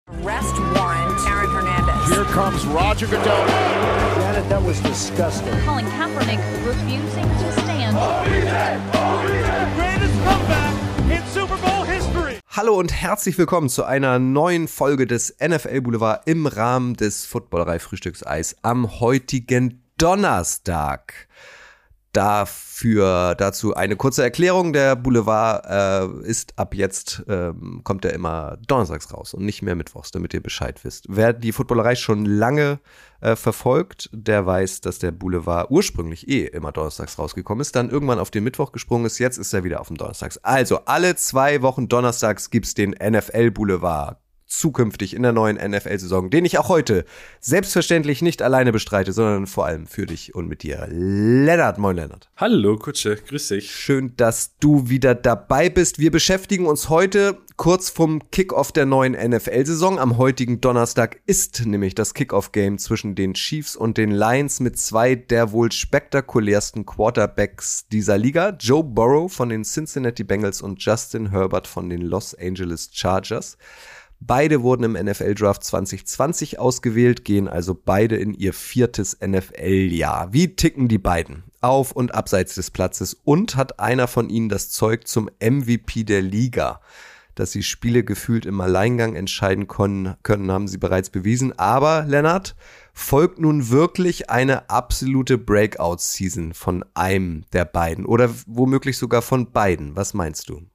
Arrest warrant, Aaron Hernandez. Here comes Roger Goodell. Janet, that was disgusting. Colin Kaepernick refusing to stand. Greatest comeback in Super Bowl history. Hallo und herzlich willkommen zu einer neuen Folge des NFL Boulevard im Rahmen des Footballerei-Frühstückseis am heutigen Donnerstag. Dazu eine kurze Erklärung. Der Boulevard ist ab jetzt, kommt er immer donnerstags raus und nicht mehr mittwochs, damit ihr Bescheid wisst. Wer die Footballerei schon lange verfolgt, der weiß, dass der Boulevard ursprünglich immer donnerstags rausgekommen ist, dann irgendwann auf den Mittwoch gesprungen ist, jetzt ist er wieder auf dem Donnerstags. Also alle 2 Wochen donnerstags gibt's den NFL Boulevard. Zukünftig in der neuen NFL-Saison, den ich auch heute selbstverständlich nicht alleine bestreite, sondern vor allem für dich und mit dir. Lennart, moin Lennart. Hallo Kutsche, grüß dich. Schön, dass du wieder dabei bist. Wir beschäftigen uns heute kurz vom Kickoff der neuen NFL-Saison. Am heutigen Donnerstag ist nämlich das Kickoff-Game zwischen den Chiefs und den Lions mit 2 der wohl spektakulärsten Quarterbacks dieser Liga. Joe Burrow von den Cincinnati Bengals und Justin Herbert von den Los Angeles Chargers. Beide wurden im NFL-Draft 2020 ausgewählt, gehen also beide in ihr 4. NFL-Jahr. Wie ticken die beiden? Auf und abseits des Platzes. Und hat einer von ihnen das Zeug zum MVP der Liga? Dass sie Spiele gefühlt im Alleingang entscheiden können, haben sie bereits bewiesen. Aber, Lennart, folgt nun wirklich eine absolute Breakout-Season von einem der beiden? Oder womöglich sogar von beiden? Was meinst du?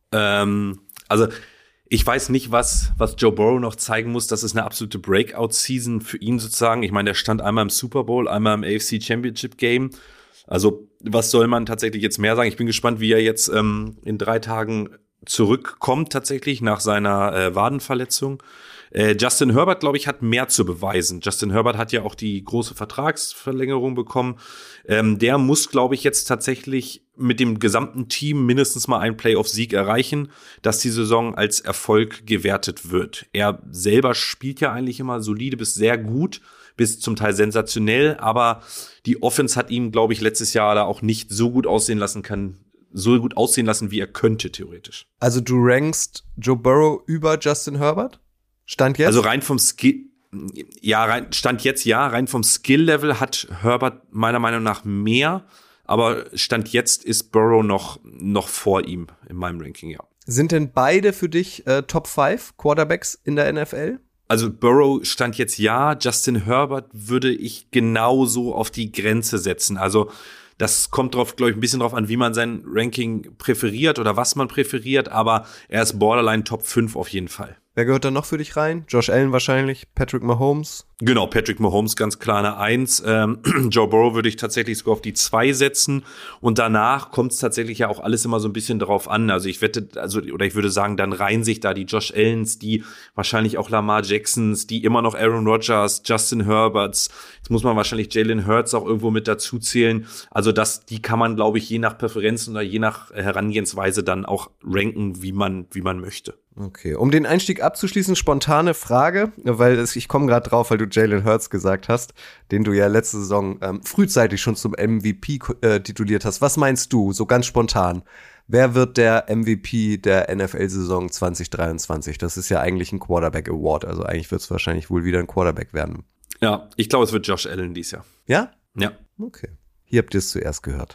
Ich weiß nicht, was Joe Burrow noch zeigen muss. Das ist eine absolute Breakout-Season für ihn sozusagen. Ich meine, der stand einmal im Super Bowl, einmal im AFC Championship Game. Also was soll man tatsächlich jetzt mehr sagen? Ich bin gespannt, wie er jetzt in 3 Tagen zurückkommt tatsächlich nach seiner Wadenverletzung. Justin Herbert, glaube ich, hat mehr zu beweisen. Justin Herbert hat ja auch die große Vertragsverlängerung bekommen. Der muss, glaube ich, jetzt tatsächlich mit dem gesamten Team mindestens mal einen Playoff-Sieg erreichen, dass die Saison als Erfolg gewertet wird. Er selber spielt ja eigentlich immer solide bis sehr gut, bis zum Teil sensationell, aber die Offense hat ihm, glaube ich, letztes Jahr da auch nicht so gut aussehen lassen, wie er könnte, theoretisch. Also du rankst Joe Burrow über Justin Herbert? Stand jetzt? Also rein vom Skill, rein vom Skill-Level hat Herbert meiner Meinung nach mehr, aber Stand jetzt ist Burrow noch vor ihm in meinem Ranking, ja. Sind denn beide für dich Top 5 Quarterbacks in der NFL? Also Burrow Stand jetzt ja, Justin Herbert würde ich genauso auf die Grenze setzen. Also das kommt drauf, glaube ich, ein bisschen drauf an, wie man sein Ranking präferiert oder was man präferiert, aber er ist Borderline Top 5 auf jeden Fall. Wer gehört da noch für dich rein? Josh Allen wahrscheinlich, Patrick Mahomes? Genau, Patrick Mahomes, ganz klar eine 1. Joe Burrow würde ich tatsächlich sogar auf die 2 setzen. Und danach kommt es tatsächlich ja auch alles immer so ein bisschen darauf an. Also ich würde sagen, dann reihen sich da die Josh Allens, die wahrscheinlich auch Lamar Jacksons, die immer noch Aaron Rodgers, Justin Herberts. Jetzt muss man wahrscheinlich Jalen Hurts auch irgendwo mit dazu zählen. Also die kann man, glaube ich, je nach Präferenzen oder je nach Herangehensweise dann auch ranken, wie man möchte. Okay, um den Einstieg abzuschließen, spontane Frage, weil ich komme gerade drauf, weil du Jalen Hurts gesagt hast, den du ja letzte Saison frühzeitig schon zum MVP tituliert hast. Was meinst du, so ganz spontan? Wer wird der MVP der NFL-Saison 2023? Das ist ja eigentlich ein Quarterback-Award, also eigentlich wird es wahrscheinlich wohl wieder ein Quarterback werden. Ja, ich glaube, es wird Josh Allen dieses Jahr. Ja? Ja. Okay, hier habt ihr es zuerst gehört.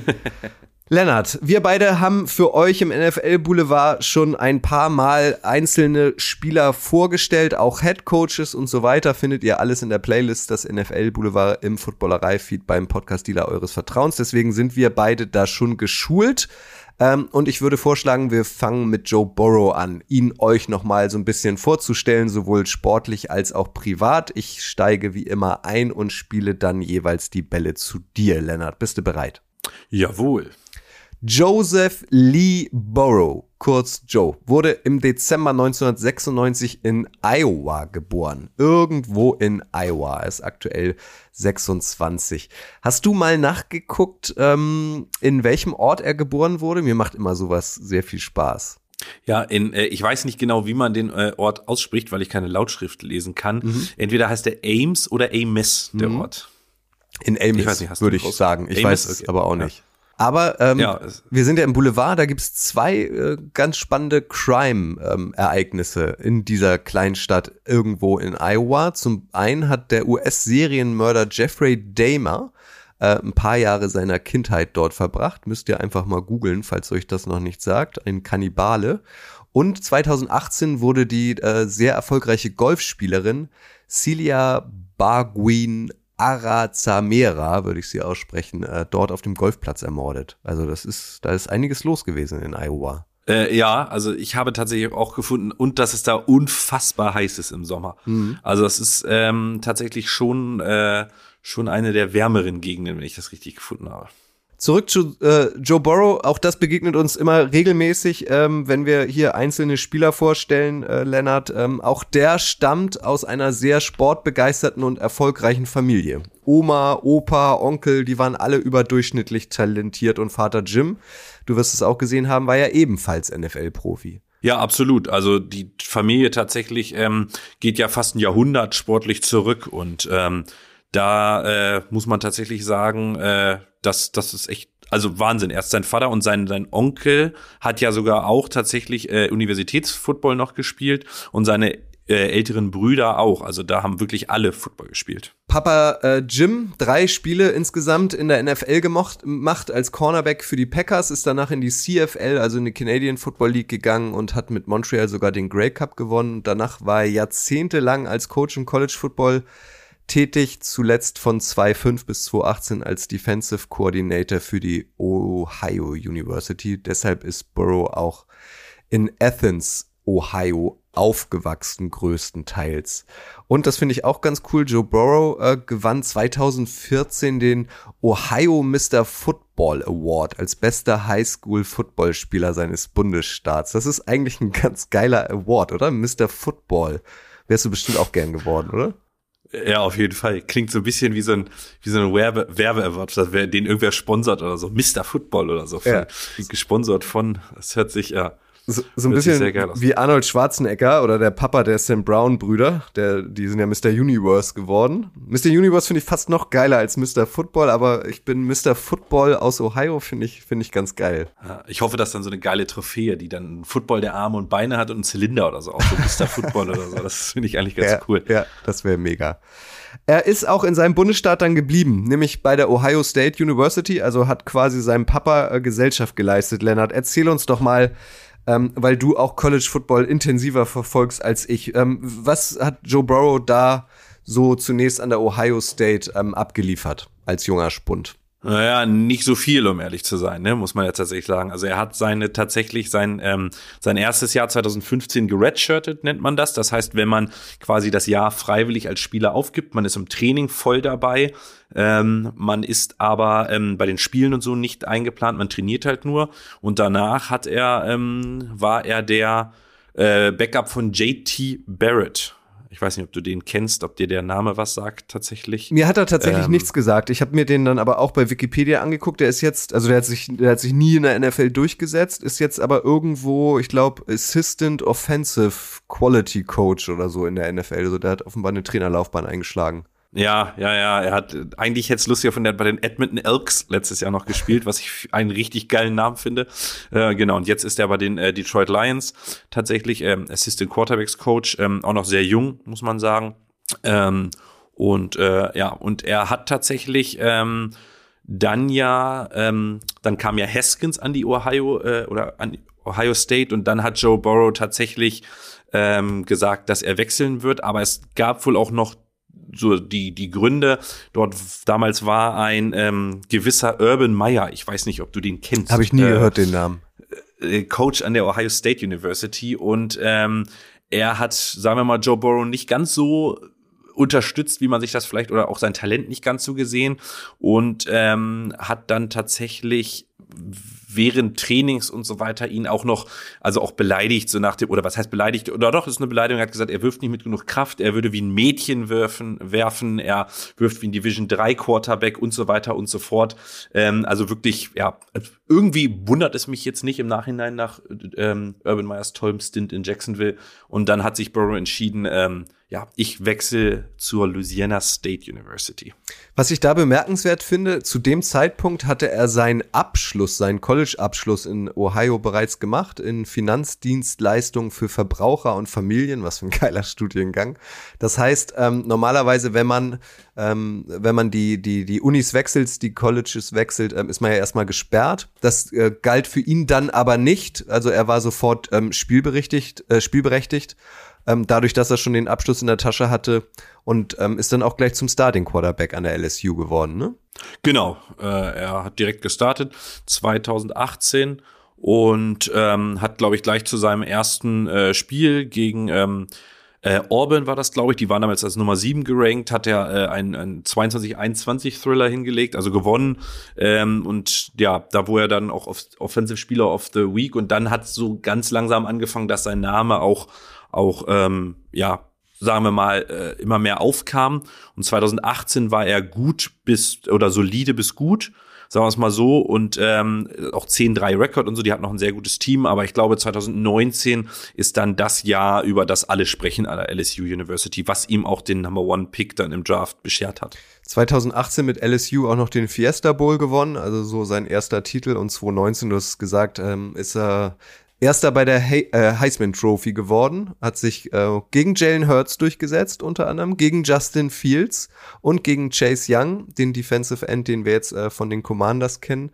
Lennart, wir beide haben für euch im NFL Boulevard schon ein paar Mal einzelne Spieler vorgestellt, auch Headcoaches und so weiter, findet ihr alles in der Playlist, das NFL Boulevard im Footballerei-Feed beim Podcast-Dealer eures Vertrauens. Deswegen sind wir beide da schon geschult. Und ich würde vorschlagen, wir fangen mit Joe Burrow an, ihn euch nochmal so ein bisschen vorzustellen, sowohl sportlich als auch privat. Ich steige wie immer ein und spiele dann jeweils die Bälle zu dir, Lennart. Bist du bereit? Jawohl. Joseph Lee Burrow, kurz Joe, wurde im Dezember 1996 in Iowa geboren. Irgendwo in Iowa. Er ist aktuell 26. Hast du mal nachgeguckt, in welchem Ort er geboren wurde? Mir macht immer sowas sehr viel Spaß. Ja, ich weiß nicht genau, wie man den Ort ausspricht, weil ich keine Lautschrift lesen kann. Entweder heißt er Ames oder Ames, der Ort. In Ames, würde ich sagen. Ich weiß es aber auch nicht. Aber wir sind ja im Boulevard, da gibt's zwei ganz spannende Crime-Ereignisse in dieser Kleinstadt irgendwo in Iowa. Zum einen hat der US-Serienmörder Jeffrey Dahmer ein paar Jahre seiner Kindheit dort verbracht. Müsst ihr einfach mal googeln, falls euch das noch nicht sagt. Ein Kannibale. Und 2018 wurde die sehr erfolgreiche Golfspielerin Celia Barguin Arazamera, würde ich sie aussprechen, dort auf dem Golfplatz ermordet. Also da ist einiges los gewesen in Iowa. Ja, also ich habe tatsächlich auch gefunden, und dass es da unfassbar heiß ist im Sommer. Mhm. Also das ist tatsächlich schon eine der wärmeren Gegenden, wenn ich das richtig gefunden habe. Zurück zu Joe Burrow, auch das begegnet uns immer regelmäßig, wenn wir hier einzelne Spieler vorstellen, Lennart. Auch der stammt aus einer sehr sportbegeisterten und erfolgreichen Familie. Oma, Opa, Onkel, die waren alle überdurchschnittlich talentiert und Vater Jim, du wirst es auch gesehen haben, war ja ebenfalls NFL-Profi. Ja, absolut. Also die Familie tatsächlich geht ja fast ein Jahrhundert sportlich zurück und da muss man tatsächlich sagen, das ist echt, also Wahnsinn. Erst sein Vater und sein Onkel hat ja sogar auch tatsächlich Universitätsfootball noch gespielt und seine älteren Brüder auch. Also da haben wirklich alle Football gespielt. Papa Jim, 3 Spiele insgesamt in der NFL gemacht als Cornerback für die Packers, ist danach in die CFL, also in die Canadian Football League gegangen und hat mit Montreal sogar den Grey Cup gewonnen. Danach war er jahrzehntelang als Coach im College Football tätig, zuletzt von 2005 bis 2018 als Defensive Coordinator für die Ohio University. Deshalb ist Burrow auch in Athens, Ohio, aufgewachsen größtenteils. Und das finde ich auch ganz cool, Joe Burrow gewann 2014 den Ohio Mr. Football Award als bester Highschool-Footballspieler seines Bundesstaats. Das ist eigentlich ein ganz geiler Award, oder? Mr. Football. Wärst du bestimmt auch gern geworden, oder? Ja, auf jeden Fall. Klingt so ein bisschen wie so ein Werbeaward, den irgendwer sponsert oder so. Mr. Football oder so. Ja. Gesponsert von, das hört sich ja so ein bisschen wie Arnold Schwarzenegger oder der Papa der Sam Brown-Brüder. Die sind ja Mr. Universe geworden. Mr. Universe finde ich fast noch geiler als Mr. Football, aber ich bin Mr. Football aus Ohio, finde ich ganz geil. Ja, ich hoffe, dass dann so eine geile Trophäe, die dann einen Football, der Arme und Beine hat und einen Zylinder oder so, auch so Mr. Football oder so. Das finde ich eigentlich ganz cool. Ja, das wäre mega. Er ist auch in seinem Bundesstaat dann geblieben, nämlich bei der Ohio State University, also hat quasi seinem Papa Gesellschaft geleistet. Lennart, erzähl uns doch mal, weil du auch College Football intensiver verfolgst als ich. Was hat Joe Burrow da so zunächst an der Ohio State abgeliefert als junger Spund? Naja, nicht so viel, um ehrlich zu sein, ne, muss man ja tatsächlich sagen. Also er hat sein erstes Jahr 2015 geredshirtet, nennt man das. Das heißt, wenn man quasi das Jahr freiwillig als Spieler aufgibt, man ist im Training voll dabei, man ist aber bei den Spielen und so nicht eingeplant, man trainiert halt nur. Und danach war er der Backup von JT Barrett. Ich weiß nicht, ob du den kennst, ob dir der Name was sagt tatsächlich. Mir hat er tatsächlich nichts gesagt. Ich habe mir den dann aber auch bei Wikipedia angeguckt. Der ist jetzt, also der hat sich nie in der NFL durchgesetzt, ist jetzt aber irgendwo, ich glaube, Assistant Offensive Quality Coach oder so in der NFL. Also der hat offenbar eine Trainerlaufbahn eingeschlagen. Ja, er hat eigentlich jetzt lustiger von der bei den Edmonton Elks letztes Jahr noch gespielt, was ich einen richtig geilen Namen finde. Genau, und jetzt ist er bei den Detroit Lions tatsächlich Assistant Quarterbacks Coach, auch noch sehr jung, muss man sagen. Und er hat tatsächlich dann kam ja Haskins an die Ohio State und dann hat Joe Burrow tatsächlich gesagt, dass er wechseln wird, aber es gab wohl auch noch so die Gründe. Dort damals war ein gewisser Urban Meyer, ich weiß nicht, ob du den kennst. Habe ich nie gehört, den Namen. Coach an der Ohio State University und er hat, sagen wir mal, Joe Burrow nicht ganz so unterstützt, wie man sich das vielleicht, oder auch sein Talent nicht ganz so gesehen und hat dann tatsächlich während Trainings und so weiter ihn auch noch, also auch beleidigt, so nach dem, oder was heißt beleidigt, oder doch, ist eine Beleidigung, er hat gesagt, er wirft nicht mit genug Kraft, er würde wie ein Mädchen werfen, er wirft wie ein Division 3 Quarterback und so weiter und so fort. Also wirklich, ja, irgendwie wundert es mich jetzt nicht im Nachhinein nach Urban Meyers tollem Stint in Jacksonville und dann hat sich Burrow entschieden, ich wechsle zur Louisiana State University. Was ich da bemerkenswert finde, zu dem Zeitpunkt hatte er seinen College-Abschluss in Ohio bereits gemacht, in Finanzdienstleistungen für Verbraucher und Familien, was für ein geiler Studiengang. Das heißt, normalerweise, wenn man die Unis wechselt, die Colleges wechselt, ist man ja erstmal gesperrt. Das galt für ihn dann aber nicht. Also er war sofort spielberechtigt. Dadurch, dass er schon den Abschluss in der Tasche hatte und ist dann auch gleich zum Starting Quarterback an der LSU geworden, ne? Genau, er hat direkt gestartet 2018 und hat, glaube ich, gleich zu seinem ersten Spiel gegen Auburn war das, glaube ich, die waren damals als Nummer 7 gerankt, hat er einen 22-21 Thriller hingelegt, also gewonnen und ja, da wo er dann auch Offensive Spieler of the Week und dann hat so ganz langsam angefangen, dass sein Name auch sagen wir mal, immer mehr aufkam. Und 2018 war er solide bis gut, sagen wir es mal so. Und auch 10-3 Rekord und so, die hat noch ein sehr gutes Team. Aber ich glaube, 2019 ist dann das Jahr, über das alle sprechen an der LSU University, was ihm auch den Number 1 Pick dann im Draft beschert hat. 2018 mit LSU auch noch den Fiesta Bowl gewonnen, also so sein erster Titel. Und 2019, du hast es gesagt, ist er Erster bei der Heisman Trophy geworden, hat sich gegen Jalen Hurts durchgesetzt, unter anderem gegen Justin Fields und gegen Chase Young, den Defensive End, den wir jetzt von den Commanders kennen.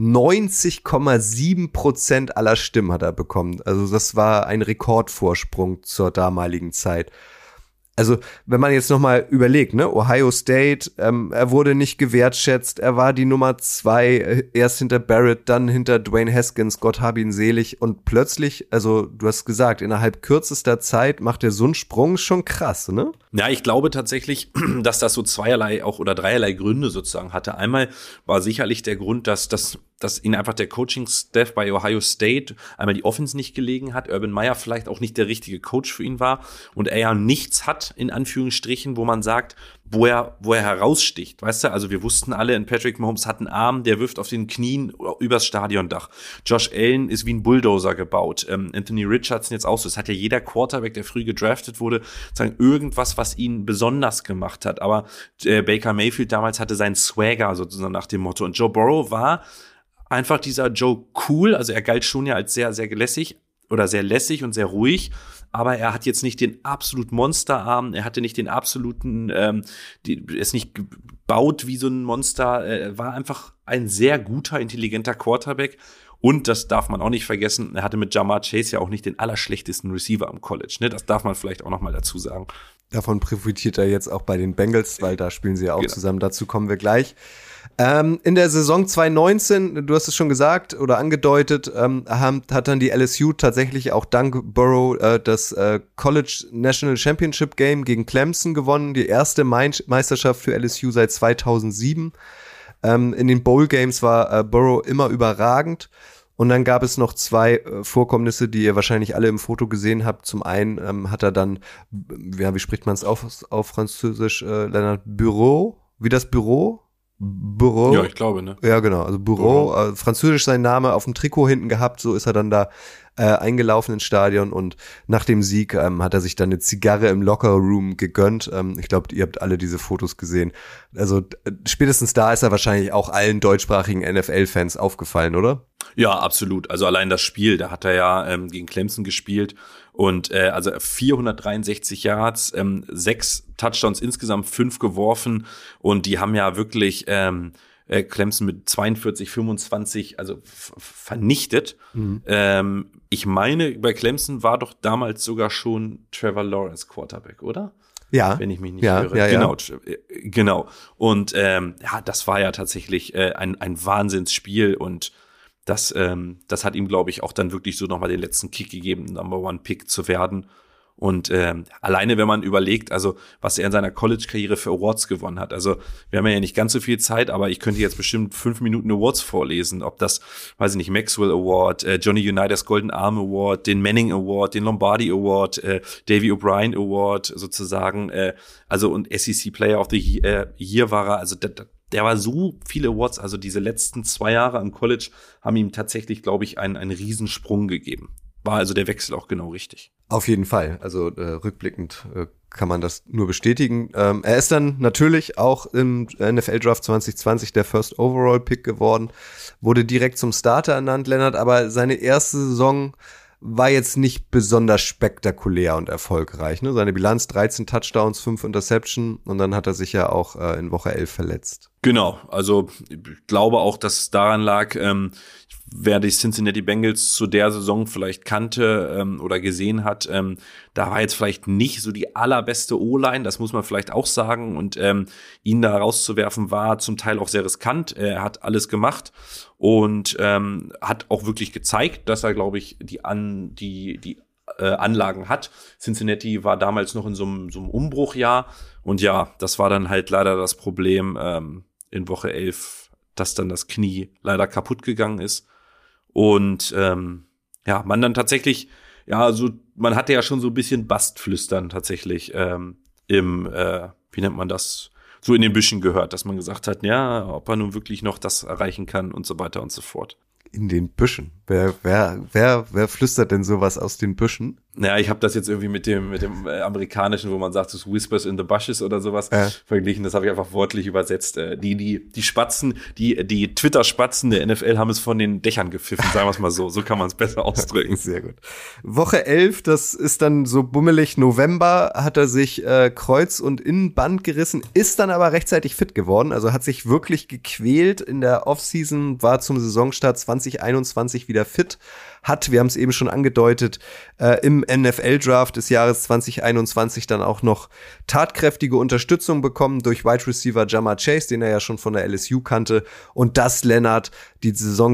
90,7% aller Stimmen hat er bekommen. Also das war ein Rekordvorsprung zur damaligen Zeit. Also, wenn man jetzt nochmal überlegt, ne, Ohio State, er wurde nicht gewertschätzt, er war die Nummer 2, erst hinter Barrett, dann hinter Dwayne Haskins, Gott hab ihn selig, und plötzlich, also du hast gesagt, innerhalb kürzester Zeit macht er so einen Sprung, schon krass, ne? Ja, ich glaube tatsächlich, dass das so zweierlei auch oder dreierlei Gründe sozusagen hatte. Einmal war sicherlich der Grund, dass ihn einfach der Coaching-Staff bei Ohio State einmal die Offense nicht gelegen hat, Urban Meyer vielleicht auch nicht der richtige Coach für ihn war und er ja nichts hat, in Anführungsstrichen, wo man sagt, wo er heraussticht, weißt du? Also wir wussten alle, Patrick Mahomes hat einen Arm, der wirft auf den Knien übers Stadiondach. Josh Allen ist wie ein Bulldozer gebaut. Anthony Richardson jetzt auch so. Es hat ja jeder Quarterback, der früh gedraftet wurde, sagen irgendwas, was ihn besonders gemacht hat. Aber Baker Mayfield damals hatte seinen Swagger sozusagen nach dem Motto. Und Joe Burrow war einfach dieser Joe cool, also er galt schon ja als sehr, sehr lässig oder sehr lässig und sehr ruhig, aber er hat jetzt nicht den absolut Monsterarm, er hatte nicht den absoluten, er ist nicht gebaut wie so ein Monster, er war einfach ein sehr guter, intelligenter Quarterback. Und das darf man auch nicht vergessen, er hatte mit Ja'Marr Chase ja auch nicht den allerschlechtesten Receiver am College, ne? Das darf man vielleicht auch noch mal dazu sagen. Davon profitiert er jetzt auch bei den Bengals, weil da spielen sie ja auch zusammen, dazu kommen wir gleich. In der Saison 2019, du hast es schon gesagt oder angedeutet, hat dann die LSU tatsächlich auch dank Burrow das College National Championship Game gegen Clemson gewonnen, die erste Meisterschaft für LSU seit 2007. In den Bowl Games war Burrow immer überragend. Und dann gab es noch 2 Vorkommnisse, die ihr wahrscheinlich alle im Foto gesehen habt. Zum einen hat er dann, wie spricht man es auf Französisch, Leonard, Bureau, wie das Büro? Bureau. Ja, ich glaube, ne? Ja, genau. Also Bureau, französisch sein Name auf dem Trikot hinten gehabt, so ist er dann da eingelaufen ins Stadion und nach dem Sieg hat er sich dann eine Zigarre im Lockerroom gegönnt. Ich glaube, ihr habt alle diese Fotos gesehen. Also spätestens da ist er wahrscheinlich auch allen deutschsprachigen NFL-Fans aufgefallen, oder? Ja, absolut. Also allein das Spiel, da hat er ja gegen Clemson gespielt und also 463 Yards, 6 Touchdowns insgesamt, 5 geworfen und die haben ja wirklich Clemson mit 42-25 also vernichtet. Mhm. Ich meine, bei Clemson war doch damals sogar schon Trevor Lawrence Quarterback, oder? Ja. Wenn ich mich nicht irre. Ja. Genau. Und das war ja tatsächlich ein Wahnsinnsspiel und das hat ihm, glaube ich, auch dann wirklich so nochmal den letzten Kick gegeben, Number 1 Pick zu werden. Und alleine, wenn man überlegt, also was er in seiner College-Karriere für Awards gewonnen hat. Also wir haben ja nicht ganz so viel Zeit, aber ich könnte jetzt bestimmt 5 Minuten Awards vorlesen. Ob das, weiß ich nicht, Maxwell Award, Johnny Unitas Golden Arm Award, den Manning Award, den Lombardi Award, Davey O'Brien Award sozusagen. Also und SEC Player of the Year war er. Also der war so viele Awards. Also diese letzten 2 Jahre am College haben ihm tatsächlich, glaube ich, einen Riesensprung gegeben. war also der Wechsel auch genau richtig. Auf jeden Fall. Also rückblickend kann man das nur bestätigen. Er ist dann natürlich auch im NFL-Draft 2020 der First Overall-Pick geworden, wurde direkt zum Starter ernannt, Lennart, aber seine erste Saison war jetzt nicht besonders spektakulär und erfolgreich. Ne? Seine Bilanz 13 Touchdowns, 5 Interception und dann hat er sich ja auch in Woche 11 verletzt. Genau, also ich glaube auch, dass es daran lag, wer die Cincinnati Bengals zu der Saison vielleicht kannte oder gesehen hat, da war jetzt vielleicht nicht so die allerbeste O-Line, das muss man vielleicht auch sagen, und ihn da rauszuwerfen war zum Teil auch sehr riskant. Er hat alles gemacht und hat auch wirklich gezeigt, dass er, glaube ich, die Anlagen hat. Cincinnati war damals noch in so einem Umbruchjahr und ja, das war dann halt leider das Problem in Woche 11, dass dann das Knie leider kaputt gegangen ist. Und man dann tatsächlich, man hatte ja schon so ein bisschen Bastflüstern tatsächlich wie nennt man das, so in den Büschen gehört, dass man gesagt hat, ja, ob er nun wirklich noch das erreichen kann und so weiter und so fort. In den Büschen? Wer flüstert denn sowas aus den Büschen? Naja, ich habe das jetzt irgendwie mit dem amerikanischen, wo man sagt, das Whispers in the Bushes oder sowas verglichen. Das habe ich einfach wortlich übersetzt. Die Spatzen, die Twitter-Spatzen der NFL haben es von den Dächern gepfiffen, sagen wir es mal so. So kann man es besser ausdrücken. Sehr gut. Woche 11, das ist dann so bummelig November, hat er sich Kreuz- und Innenband gerissen, ist dann aber rechtzeitig fit geworden. Also hat sich wirklich gequält in der Offseason, war zum Saisonstart 2021 wieder fit. Wir haben es eben schon angedeutet, im NFL-Draft des Jahres 2021 dann auch noch tatkräftige Unterstützung bekommen durch Wide Receiver Ja'Marr Chase, den er ja schon von der LSU kannte. Und das, Lennart, die Saison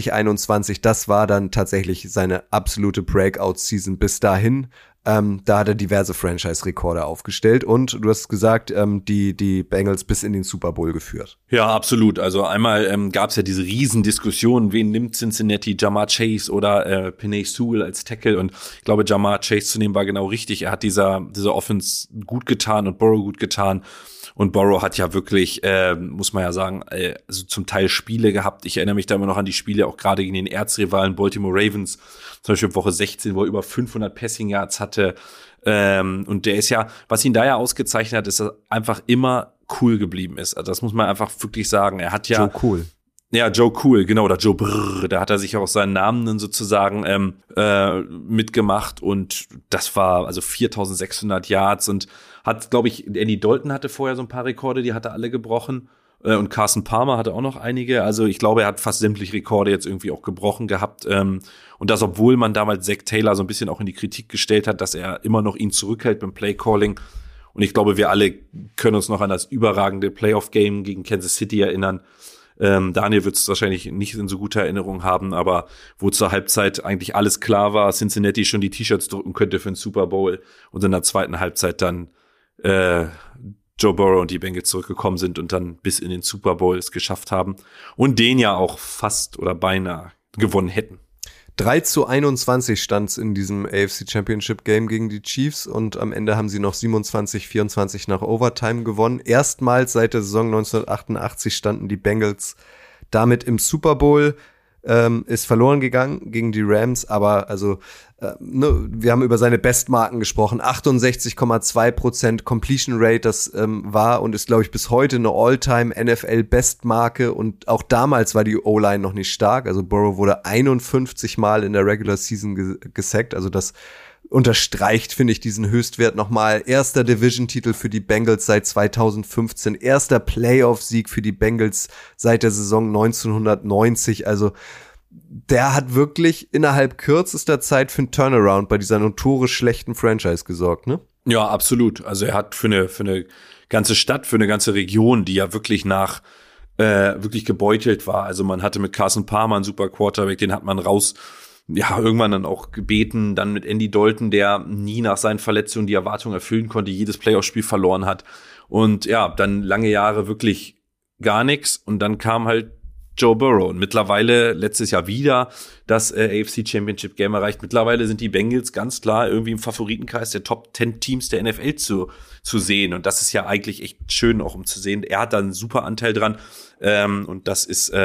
2021, das war dann tatsächlich seine absolute Breakout-Season bis dahin. Da hat er diverse Franchise-Rekorde aufgestellt und du hast gesagt, die Bengals bis in den Super Bowl geführt. Ja, absolut. Also einmal gab es ja diese Riesendiskussion, wen nimmt Cincinnati, Ja'Marr Chase oder Penei Sewell als Tackle, und ich glaube, Ja'Marr Chase zu nehmen war genau richtig. Er hat dieser Offense gut getan und Burrow gut getan. Und Burrow hat ja wirklich, muss man ja sagen, also zum Teil Spiele gehabt. Ich erinnere mich da immer noch an die Spiele, auch gerade gegen den Erzrivalen Baltimore Ravens, zum Beispiel Woche 16, wo er über 500 Passing Yards hatte. Und der ist ja, was ihn da ja ausgezeichnet hat, ist, dass er einfach immer cool geblieben ist. Also das muss man einfach wirklich sagen. Er hat ja Joe Cool. Ja, Joe Cool, genau, oder Joe Brrr, da hat er sich auch seinen Namen dann sozusagen mitgemacht, und das war also 4.600 Yards und hat, glaube ich, Andy Dalton hatte vorher so ein paar Rekorde, die hat er alle gebrochen, und Carson Palmer hatte auch noch einige, also ich glaube, er hat fast sämtliche Rekorde jetzt irgendwie auch gebrochen gehabt, und das, obwohl man damals Zach Taylor so ein bisschen auch in die Kritik gestellt hat, dass er immer noch ihn zurückhält beim Playcalling. Und ich glaube, wir alle können uns noch an das überragende Playoff-Game gegen Kansas City erinnern. Daniel wird es wahrscheinlich nicht in so guter Erinnerung haben, aber wo zur Halbzeit eigentlich alles klar war, Cincinnati schon die T-Shirts drucken könnte für den Super Bowl und in der zweiten Halbzeit dann Joe Burrow und die Bengals zurückgekommen sind und dann bis in den Super Bowl es geschafft haben und den ja auch fast oder beinahe gewonnen hätten. 3-21 stand's in diesem AFC Championship Game gegen die Chiefs und am Ende haben sie noch 27-24 nach Overtime gewonnen. Erstmals seit der Saison 1988 standen die Bengals damit im Super Bowl. Ist verloren gegangen gegen die Rams, aber also wir haben über seine Bestmarken gesprochen. 68,2% Completion Rate, das war und ist, glaube ich, bis heute eine All-Time-NFL-Bestmarke, und auch damals war die O-Line noch nicht stark. Also Burrow wurde 51 Mal in der Regular Season gesackt, also das unterstreicht, finde ich, diesen Höchstwert nochmal. Erster Division-Titel für die Bengals seit 2015, erster Playoff-Sieg für die Bengals seit der Saison 1990. Also der hat wirklich innerhalb kürzester Zeit für einen Turnaround bei dieser notorisch schlechten Franchise gesorgt, ne? Ja, absolut. Also er hat für eine ganze Stadt, für eine ganze Region, die ja wirklich wirklich gebeutelt war. Also man hatte mit Carson Palmer einen super Quarterback, den hat man irgendwann dann auch gebeten, dann mit Andy Dalton, der nie nach seinen Verletzungen die Erwartungen erfüllen konnte, jedes Playoff-Spiel verloren hat. Und ja, dann lange Jahre wirklich gar nichts. Und dann kam halt Joe Burrow. Und mittlerweile, letztes Jahr wieder, das AFC Championship Game erreicht. Mittlerweile sind die Bengals ganz klar irgendwie im Favoritenkreis der Top 10 Teams der NFL zu sehen. Und das ist ja eigentlich echt schön auch, um zu sehen. Er hat da einen super Anteil dran. Und das ist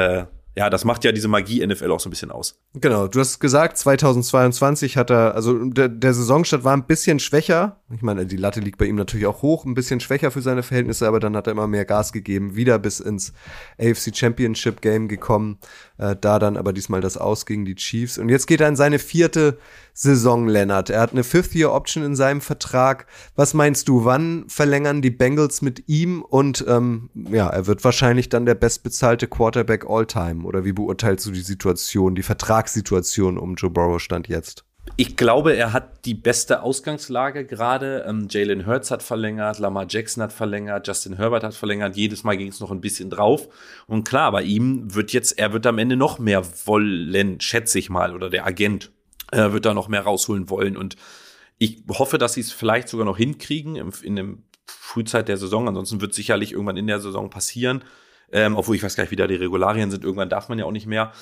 ja, das macht ja diese Magie NFL auch so ein bisschen aus. Genau, du hast gesagt, 2022 hat er, also der Saisonstart war ein bisschen schwächer. Ich meine, die Latte liegt bei ihm natürlich auch hoch, ein bisschen schwächer für seine Verhältnisse, aber dann hat er immer mehr Gas gegeben, wieder bis ins AFC Championship Game gekommen, da dann aber diesmal das Aus gegen die Chiefs. Und jetzt geht er in seine 4. Saison, Lennart. Er hat eine 5-Year-Option in seinem Vertrag. Was meinst du, wann verlängern die Bengals mit ihm? Und er wird wahrscheinlich dann der bestbezahlte Quarterback all time. Oder wie beurteilst du die Situation, die Vertragssituation um Joe Burrow Stand jetzt? Ich glaube, er hat die beste Ausgangslage gerade. Jalen Hurts hat verlängert, Lamar Jackson hat verlängert, Justin Herbert hat verlängert. Jedes Mal ging es noch ein bisschen drauf. Und klar, bei ihm er wird am Ende noch mehr wollen, schätze ich mal, oder der Agent wird da noch mehr rausholen wollen. Und ich hoffe, dass sie es vielleicht sogar noch hinkriegen in der Frühzeit der Saison. Ansonsten wird es sicherlich irgendwann in der Saison passieren. Obwohl ich weiß gar nicht, wie da die Regularien sind. Irgendwann darf man ja auch nicht mehr.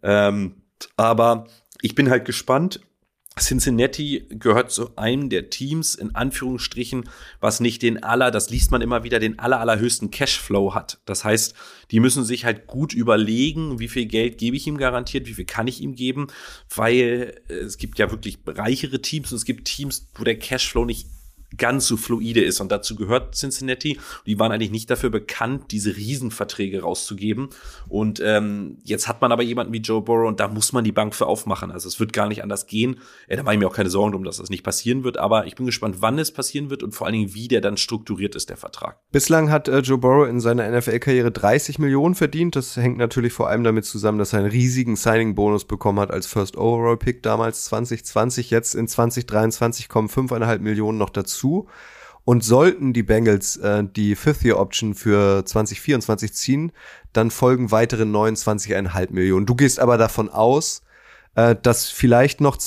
Aber ich bin halt gespannt. Cincinnati gehört zu einem der Teams, in Anführungsstrichen, was nicht das liest man immer wieder, den allerhöchsten Cashflow hat. Das heißt, die müssen sich halt gut überlegen, wie viel Geld gebe ich ihm garantiert, wie viel kann ich ihm geben, weil es gibt ja wirklich reichere Teams und es gibt Teams, wo der Cashflow nicht ganz so fluide ist und dazu gehört Cincinnati. Die waren eigentlich nicht dafür bekannt, diese Riesenverträge rauszugeben und jetzt hat man aber jemanden wie Joe Burrow und da muss man die Bank für aufmachen. Also es wird gar nicht anders gehen. Da mache ich mir auch keine Sorgen drum, dass das nicht passieren wird, aber ich bin gespannt, wann es passieren wird und vor allen Dingen, wie der dann strukturiert ist, der Vertrag. Bislang hat Joe Burrow in seiner NFL-Karriere 30 Millionen verdient. Das hängt natürlich vor allem damit zusammen, dass er einen riesigen Signing-Bonus bekommen hat als First Overall-Pick damals 2020. Jetzt in 2023 kommen 5,5 Millionen noch dazu. Und sollten die Bengals die 5-Year-Option für 2024 ziehen, dann folgen weitere 29,5 Millionen. Du gehst aber davon aus, dass vielleicht noch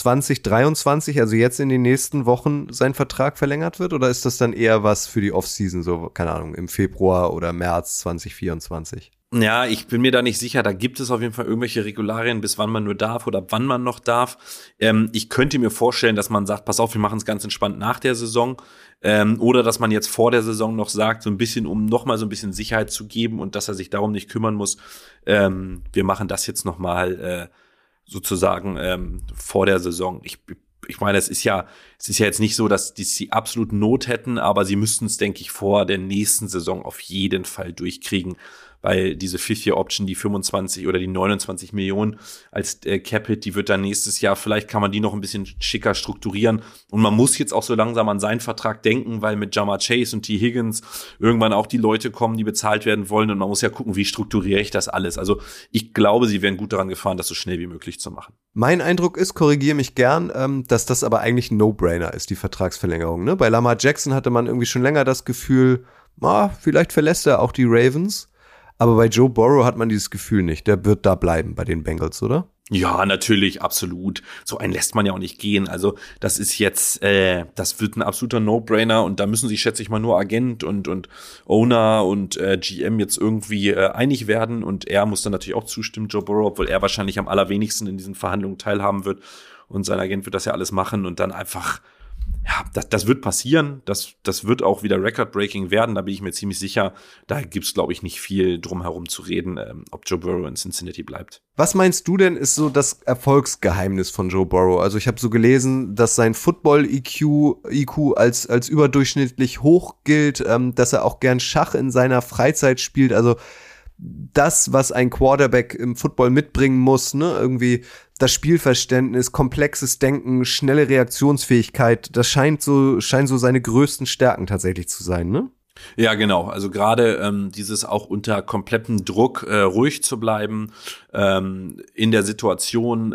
2023, also jetzt in den nächsten Wochen, sein Vertrag verlängert wird? Oder ist das dann eher was für die Offseason, so, keine Ahnung, im Februar oder März 2024? Ja, ich bin mir da nicht sicher. Da gibt es auf jeden Fall irgendwelche Regularien, bis wann man nur darf oder wann man noch darf. Ich könnte mir vorstellen, dass man sagt, pass auf, wir machen es ganz entspannt nach der Saison. Oder dass man jetzt vor der Saison noch sagt, so ein bisschen, um nochmal so ein bisschen Sicherheit zu geben und dass er sich darum nicht kümmern muss. Wir machen das jetzt nochmal sozusagen vor der Saison. Ich meine, es ist ja jetzt nicht so, dass sie absolut Not hätten, aber sie müssten es, denke ich, vor der nächsten Saison auf jeden Fall durchkriegen, weil diese 5-Year-Option, die 25 oder die 29 Millionen als Cap-Hit, die wird dann nächstes Jahr, vielleicht kann man die noch ein bisschen schicker strukturieren und man muss jetzt auch so langsam an seinen Vertrag denken, weil mit Ja'Marr Chase und T. Higgins irgendwann auch die Leute kommen, die bezahlt werden wollen und man muss ja gucken, wie strukturiere ich das alles. Also ich glaube, sie wären gut daran gefahren, das so schnell wie möglich zu machen. Mein Eindruck ist, korrigiere mich gern, dass das aber eigentlich ein No-Brainer ist, die Vertragsverlängerung. Ne? Bei Lamar Jackson hatte man irgendwie schon länger das Gefühl, vielleicht verlässt er auch die Ravens. Aber bei Joe Burrow hat man dieses Gefühl nicht. Der wird da bleiben bei den Bengals, oder? Ja, natürlich, absolut. So einen lässt man ja auch nicht gehen. Also das ist jetzt, das wird ein absoluter No-Brainer und da müssen sich, schätze ich mal, nur Agent und Owner und GM jetzt irgendwie einig werden und er muss dann natürlich auch zustimmen, Joe Burrow, obwohl er wahrscheinlich am allerwenigsten in diesen Verhandlungen teilhaben wird und sein Agent wird das ja alles machen und dann einfach, ja, das wird passieren, das wird auch wieder Record-Breaking werden, da bin ich mir ziemlich sicher. Da gibt's, glaube ich, nicht viel drum herum zu reden, ob Joe Burrow in Cincinnati bleibt. Was meinst du denn, ist so das Erfolgsgeheimnis von Joe Burrow? Also ich habe so gelesen, dass sein Football-IQ als überdurchschnittlich hoch gilt, dass er auch gern Schach in seiner Freizeit spielt, also das, was ein Quarterback im Football mitbringen muss, ne, irgendwie das Spielverständnis, komplexes Denken, schnelle Reaktionsfähigkeit, das scheint so seine größten Stärken tatsächlich zu sein, ne? Ja, genau. Also gerade dieses auch unter komplettem Druck ruhig zu bleiben, in der Situation,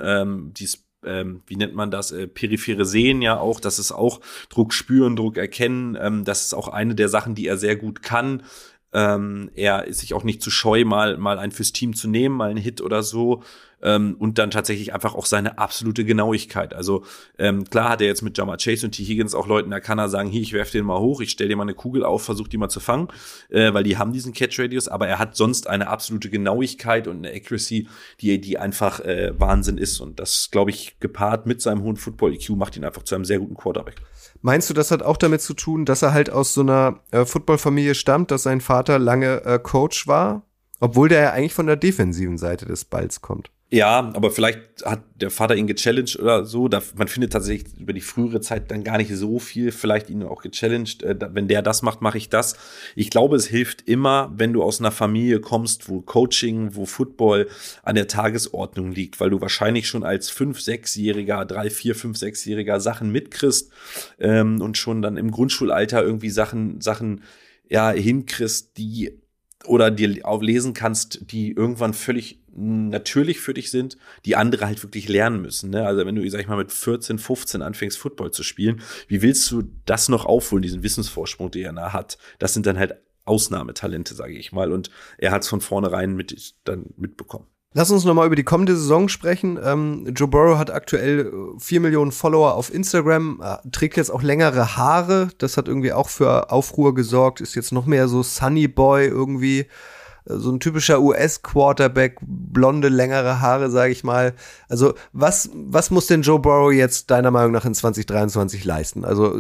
wie nennt man das, periphere Sehen ja auch, das ist auch Druck spüren, Druck erkennen, das ist auch eine der Sachen, die er sehr gut kann. Er ist sich auch nicht zu scheu, mal einen fürs Team zu nehmen, mal einen Hit oder so. Und dann tatsächlich einfach auch seine absolute Genauigkeit. Also klar hat er jetzt mit Ja'Marr Chase und T. Higgins auch Leuten, da kann er sagen, hier, ich werfe den mal hoch, ich stelle dir mal eine Kugel auf, versuche die mal zu fangen, weil die haben diesen Catch-Radius, aber er hat sonst eine absolute Genauigkeit und eine Accuracy, die einfach Wahnsinn ist. Und das, glaube ich, gepaart mit seinem hohen Football-IQ macht ihn einfach zu einem sehr guten Quarterback. Meinst du, das hat auch damit zu tun, dass er halt aus so einer Football-Familie stammt, dass sein Vater lange Coach war? Obwohl der ja eigentlich von der defensiven Seite des Balls kommt. Ja, aber vielleicht hat der Vater ihn gechallenged oder so. Man findet tatsächlich über die frühere Zeit dann gar nicht so viel, vielleicht ihn auch gechallenged. Wenn der das macht, mache ich das. Ich glaube, es hilft immer, wenn du aus einer Familie kommst, wo Coaching, wo Football an der Tagesordnung liegt, weil du wahrscheinlich schon als 5-6-Jähriger, 3-4-5-6-Jähriger Sachen mitkriegst und schon dann im Grundschulalter irgendwie Sachen hinkriegst, die oder dir auch lesen kannst, die irgendwann völlig natürlich für dich sind, die andere halt wirklich lernen müssen. Ne? Also wenn du, sag ich mal, mit 14, 15 anfängst, Football zu spielen, wie willst du das noch aufholen, diesen Wissensvorsprung, den er hat? Das sind dann halt Ausnahmetalente, sage ich mal. Und er hat es von vornherein mitbekommen. Lass uns nochmal über die kommende Saison sprechen. Joe Burrow hat aktuell 4 Millionen Follower auf Instagram, trägt jetzt auch längere Haare. Das hat irgendwie auch für Aufruhr gesorgt. Ist jetzt noch mehr so Sunny Boy irgendwie. So ein typischer US-Quarterback, blonde, längere Haare, sage ich mal. Also was muss denn Joe Burrow jetzt deiner Meinung nach in 2023 leisten? Also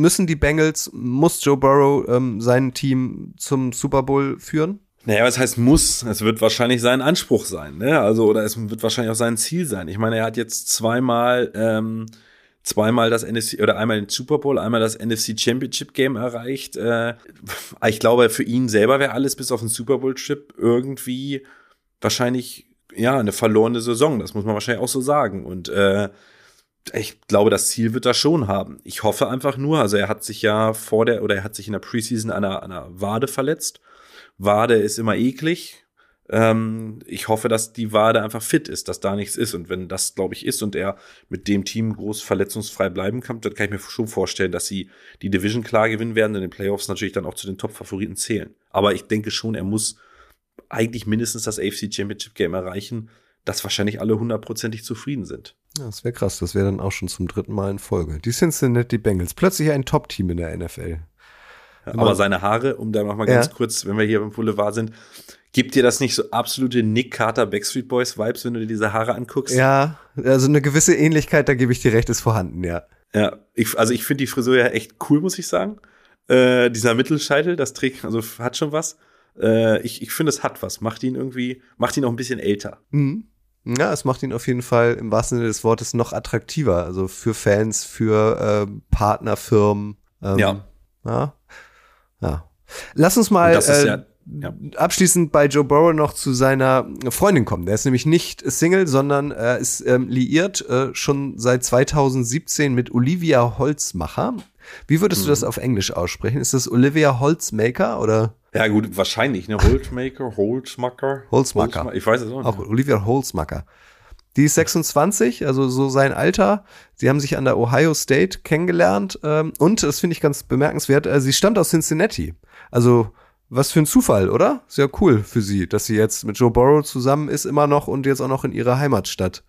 muss Joe Burrow sein Team zum Super Bowl führen? Naja, was heißt muss? Es wird wahrscheinlich sein Anspruch sein, ne? Also, oder es wird wahrscheinlich auch sein Ziel sein. Ich meine, er hat jetzt zweimal das NFC oder einmal den Super Bowl, einmal das NFC Championship Game erreicht. Ich glaube, für ihn selber wäre alles bis auf den Super Bowl Trip irgendwie wahrscheinlich eine verlorene Saison. Das muss man wahrscheinlich auch so sagen. Und ich glaube, das Ziel wird er schon haben. Ich hoffe einfach nur, also er hat sich ja er hat sich in der Preseason an einer Wade verletzt. Wade ist immer eklig. Ich hoffe, dass die Wade einfach fit ist, dass da nichts ist. Und wenn das, glaube ich, ist und er mit dem Team groß verletzungsfrei bleiben kann, dann kann ich mir schon vorstellen, dass sie die Division klar gewinnen werden und in den Playoffs natürlich dann auch zu den Top-Favoriten zählen. Aber ich denke schon, er muss eigentlich mindestens das AFC Championship Game erreichen, dass wahrscheinlich alle 100%ig zufrieden sind. Ja, das wäre krass. Das wäre dann auch schon zum 3. Mal in Folge. Die Cincinnati Bengals. Plötzlich ein Top-Team in der NFL. Aber seine Haare, um da noch mal ganz kurz, wenn wir hier beim Boulevard sind, gibt dir das nicht so absolute Nick Carter Backstreet Boys Vibes, wenn du dir diese Haare anguckst? Ja, also eine gewisse Ähnlichkeit, da gebe ich dir recht, ist vorhanden, ja. Ja, ich finde die Frisur ja echt cool, muss ich sagen. Dieser Mittelscheitel, das trägt, also hat schon was. Ich finde, es hat was, macht ihn auch ein bisschen älter. Mhm. Ja, es macht ihn auf jeden Fall im wahrsten Sinne des Wortes noch attraktiver, also für Fans, für Partnerfirmen. Ja. Lass uns mal abschließend bei Joe Burrow noch zu seiner Freundin kommen. Der ist nämlich nicht Single, sondern ist liiert schon seit 2017 mit Olivia Holzmacher. Wie würdest du das auf Englisch aussprechen? Ist das Olivia Holzmaker oder? Ja gut, wahrscheinlich, ne? Holzmacher. Ich weiß es auch nicht. Auch Olivia Holzmacher. Die ist 26, also so sein Alter. Sie haben sich an der Ohio State kennengelernt. Und, das finde ich ganz bemerkenswert, sie stammt aus Cincinnati. Also, was für ein Zufall, oder? Sehr cool für sie, dass sie jetzt mit Joe Burrow zusammen ist immer noch und jetzt auch noch in ihrer Heimatstadt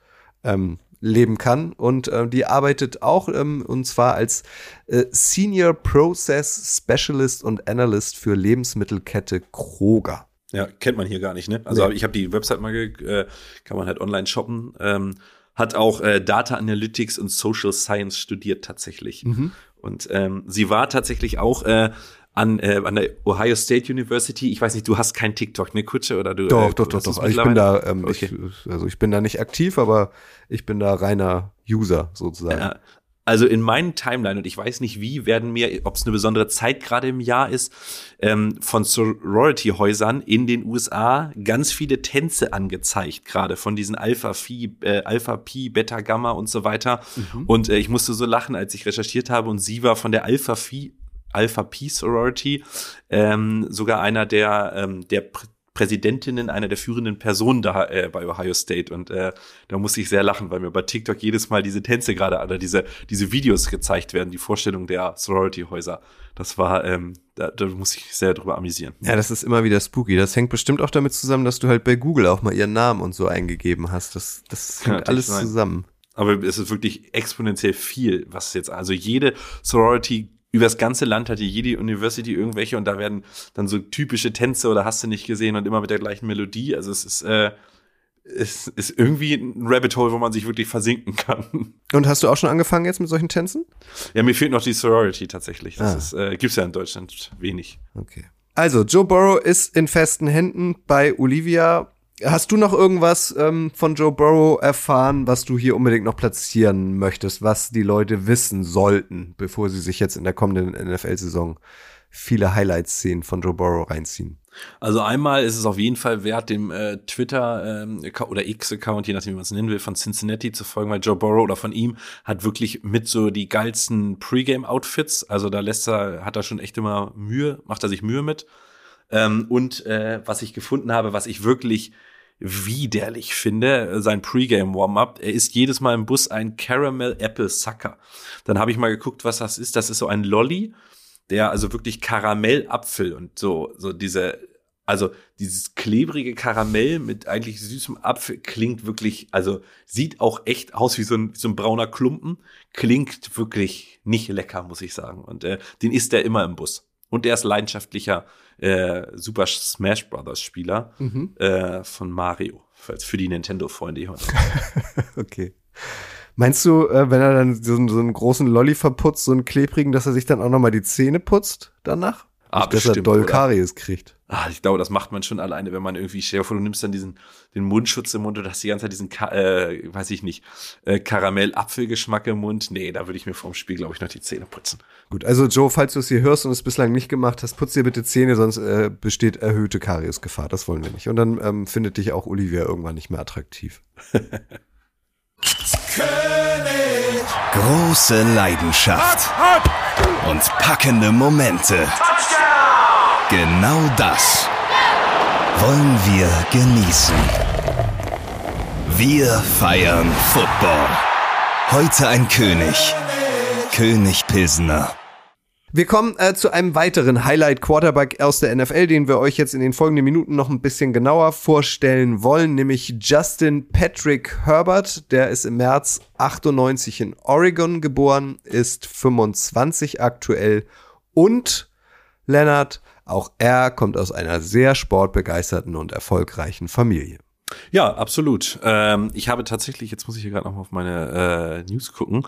leben kann. Und die arbeitet auch, und zwar als Senior Process Specialist und Analyst für Lebensmittelkette Kroger. Ja, kennt man hier gar nicht, ne? Also ich habe die Website mal, kann man halt online shoppen. Hat auch Data Analytics und Social Science studiert tatsächlich. Mhm. Und sie war tatsächlich auch an der Ohio State University. Ich weiß nicht, du hast kein TikTok, ne, Kutsche? Oder du? Doch. Ich bin da, ich bin da nicht aktiv, aber ich bin da reiner User sozusagen. Ja. Also in meinen Timeline, und ich weiß nicht wie, werden mir, ob es eine besondere Zeit gerade im Jahr ist, von Sorority-Häusern in den USA ganz viele Tänze angezeigt, gerade von diesen Alpha Pi, Beta, Gamma und so weiter. Mhm. Und ich musste so lachen, als ich recherchiert habe, und sie war von der Alpha Pi Sorority, sogar einer der Präsidentinnen, einer der führenden Personen da bei Ohio State, und da musste ich sehr lachen, weil mir bei TikTok jedes Mal diese Tänze gerade oder diese Videos gezeigt werden, die Vorstellung der Sorority-Häuser. Das war, da muss ich sehr drüber amüsieren. Ja, das ist immer wieder spooky. Das hängt bestimmt auch damit zusammen, dass du halt bei Google auch mal ihren Namen und so eingegeben hast. Das hängt alles zusammen. Aber es ist wirklich exponentiell viel, was jetzt, also jede Sorority über das ganze Land hat jede University irgendwelche, und da werden dann so typische Tänze oder hast du nicht gesehen und immer mit der gleichen Melodie. Also es ist irgendwie ein Rabbit Hole, wo man sich wirklich versinken kann. Und hast du auch schon angefangen jetzt mit solchen Tänzen? Ja, mir fehlt noch die Sorority tatsächlich. Das gibt's ja in Deutschland wenig. Okay. Also, Joe Burrow ist in festen Händen bei Olivia. Hast du noch irgendwas von Joe Burrow erfahren, was du hier unbedingt noch platzieren möchtest, was die Leute wissen sollten, bevor sie sich jetzt in der kommenden NFL-Saison viele Highlight-Szenen von Joe Burrow reinziehen? Also einmal ist es auf jeden Fall wert, dem Twitter oder X-Account, je nachdem wie man es nennen will, von Cincinnati zu folgen, weil Joe Burrow oder von ihm hat wirklich mit so die geilsten Pre-Game-Outfits. Also da hat er schon echt immer macht er sich Mühe mit. Und was ich gefunden habe, was ich wirklich widerlich finde, sein Pre-Game-Warm-Up, er isst jedes Mal im Bus ein Caramel Apple Sucker. Dann habe ich mal geguckt, was das ist. Das ist so ein Lolli, der also wirklich Karamellapfel und so dieses klebrige Karamell mit eigentlich süßem Apfel klingt wirklich, also sieht auch echt aus wie so ein brauner Klumpen, klingt wirklich nicht lecker, muss ich sagen. Und den isst er immer im Bus. Und er ist leidenschaftlicher Super Smash Brothers Spieler von Mario, für die Nintendo-Freunde hier. Okay. Meinst du, wenn er dann so einen großen Lolli verputzt, so einen klebrigen, dass er sich dann auch nochmal die Zähne putzt danach? Nicht, dass er doll Karies kriegt. Ich glaube, das macht man schon alleine, wenn man irgendwie, stell dir vor, du nimmst dann den Mundschutz im Mund und hast die ganze Zeit diesen, Karamell-Apfelgeschmack im Mund. Nee, da würde ich mir vorm Spiel, glaube ich, noch die Zähne putzen. Gut, also Joe, falls du es hier hörst und es bislang nicht gemacht hast, putz dir bitte Zähne, sonst besteht erhöhte Kariesgefahr. Das wollen wir nicht. Und dann findet dich auch Olivia irgendwann nicht mehr attraktiv. Große Leidenschaft und packende Momente. Genau das wollen wir genießen. Wir feiern Football. Heute ein König Pilsener. Wir kommen zu einem weiteren Highlight-Quarterback aus der NFL, den wir euch jetzt in den folgenden Minuten noch ein bisschen genauer vorstellen wollen, nämlich Justin Patrick Herbert. Der ist im März 98 in Oregon geboren, ist 25 aktuell und Lennart, auch er kommt aus einer sehr sportbegeisterten und erfolgreichen Familie. Ja, absolut. Ich habe tatsächlich, jetzt muss ich hier gerade noch mal auf meine News gucken,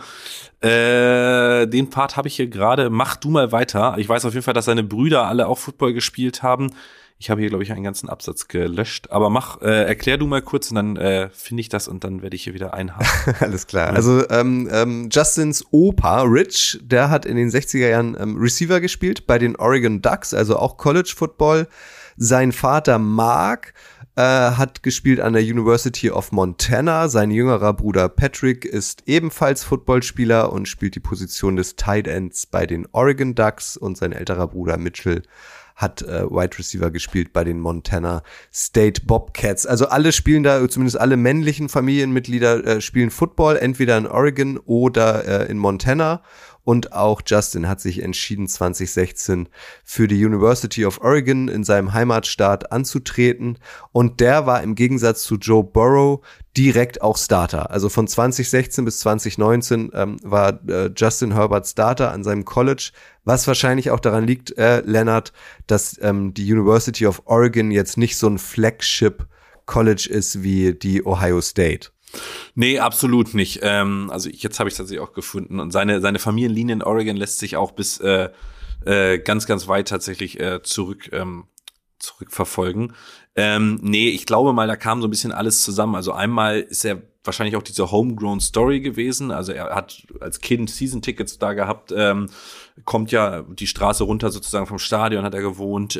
den Part habe ich hier gerade, mach du mal weiter. Ich weiß auf jeden Fall, dass seine Brüder alle auch Football gespielt haben. Ich habe hier, glaube ich, einen ganzen Absatz gelöscht. Aber erklär du mal kurz und dann finde ich das und dann werde ich hier wieder einhaken. Alles klar. Also Justins Opa, Rich, der hat in den 60er Jahren Receiver gespielt bei den Oregon Ducks, also auch College Football. Sein Vater Mark hat gespielt an der University of Montana. Sein jüngerer Bruder Patrick ist ebenfalls Footballspieler und spielt die Position des Tight Ends bei den Oregon Ducks. Und sein älterer Bruder Mitchell hat Wide Receiver gespielt bei den Montana State Bobcats. Also alle spielen da, zumindest alle männlichen Familienmitglieder spielen Football, entweder in Oregon oder in Montana. Und auch Justin hat sich entschieden, 2016 für die University of Oregon in seinem Heimatstaat anzutreten. Und der war im Gegensatz zu Joe Burrow direkt auch Starter. Also von 2016 bis 2019 war Justin Herbert Starter an seinem College, was wahrscheinlich auch daran liegt, Lennart, dass die University of Oregon jetzt nicht so ein Flagship-College ist wie die Ohio State. Nee, absolut nicht. Also jetzt habe ich tatsächlich auch gefunden. Und seine Familienlinie in Oregon lässt sich auch bis ganz, ganz weit tatsächlich zurückverfolgen. Nee, ich glaube mal, da kam so ein bisschen alles zusammen. Also einmal ist er wahrscheinlich auch diese Homegrown Story gewesen. Also er hat als Kind Season-Tickets da gehabt, kommt ja die Straße runter sozusagen vom Stadion, hat er gewohnt,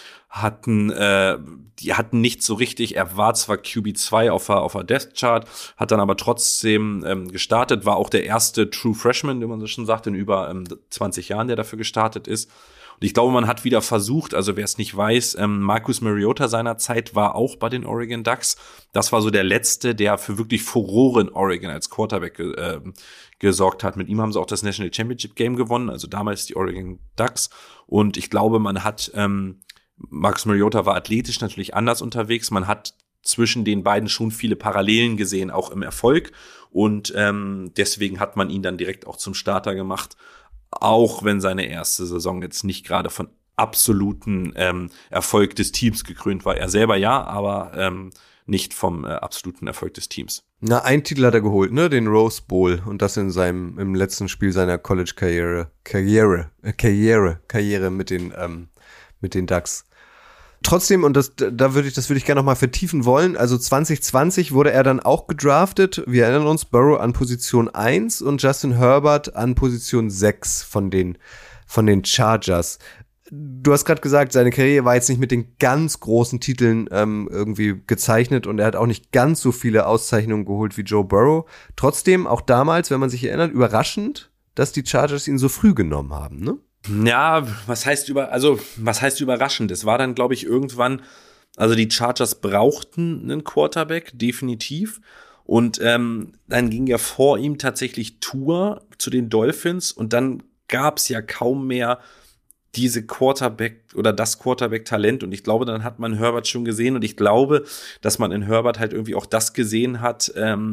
die hatten nicht so richtig, er war zwar QB2 auf der Death Chart, hat dann aber trotzdem gestartet, war auch der erste True Freshman, wie man so schon sagt, in über 20 Jahren, der dafür gestartet ist. Und ich glaube, man hat wieder versucht, also wer es nicht weiß, Marcus Mariota seinerzeit war auch bei den Oregon Ducks. Das war so der letzte, der für wirklich Furore in Oregon als Quarterback gesorgt hat. Mit ihm haben sie auch das National Championship Game gewonnen, also damals die Oregon Ducks. Und ich glaube, man hat, Marcus Mariota war athletisch natürlich anders unterwegs. Man hat zwischen den beiden schon viele Parallelen gesehen, auch im Erfolg. Und deswegen hat man ihn dann direkt auch zum Starter gemacht. Auch wenn seine erste Saison jetzt nicht gerade von absoluten Erfolg des Teams gekrönt war. Er selber ja, aber nicht vom absoluten Erfolg des Teams. Na, einen Titel hat er geholt, ne? Den Rose Bowl. Und das im letzten Spiel seiner College-Karriere mit den mit den Ducks. Trotzdem, und das würde ich gerne noch mal vertiefen wollen, also 2020 wurde er dann auch gedraftet. Wir erinnern uns, Burrow an Position 1 und Justin Herbert an Position 6 von den Chargers. Du hast gerade gesagt, seine Karriere war jetzt nicht mit den ganz großen Titeln irgendwie gezeichnet und er hat auch nicht ganz so viele Auszeichnungen geholt wie Joe Burrow. Trotzdem, auch damals, wenn man sich erinnert, überraschend, dass die Chargers ihn so früh genommen haben, ne? Ja, was heißt überraschend? Es war dann, glaube ich, irgendwann, also die Chargers brauchten einen Quarterback, definitiv. Und dann ging ja vor ihm tatsächlich Tua zu den Dolphins und dann gab es ja kaum mehr diese Quarterback oder das Quarterback-Talent. Und ich glaube, dann hat man Herbert schon gesehen und ich glaube, dass man in Herbert halt irgendwie auch das gesehen hat,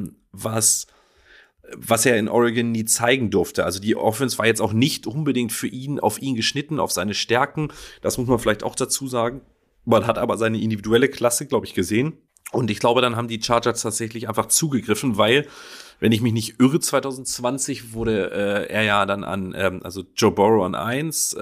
was er in Oregon nie zeigen durfte. Also die Offense war jetzt auch nicht unbedingt auf ihn geschnitten, auf seine Stärken. Das muss man vielleicht auch dazu sagen. Man hat aber seine individuelle Klasse, glaube ich, gesehen. Und ich glaube, dann haben die Chargers tatsächlich einfach zugegriffen, weil, wenn ich mich nicht irre, 2020 wurde er ja dann also Joe Burrow an 1,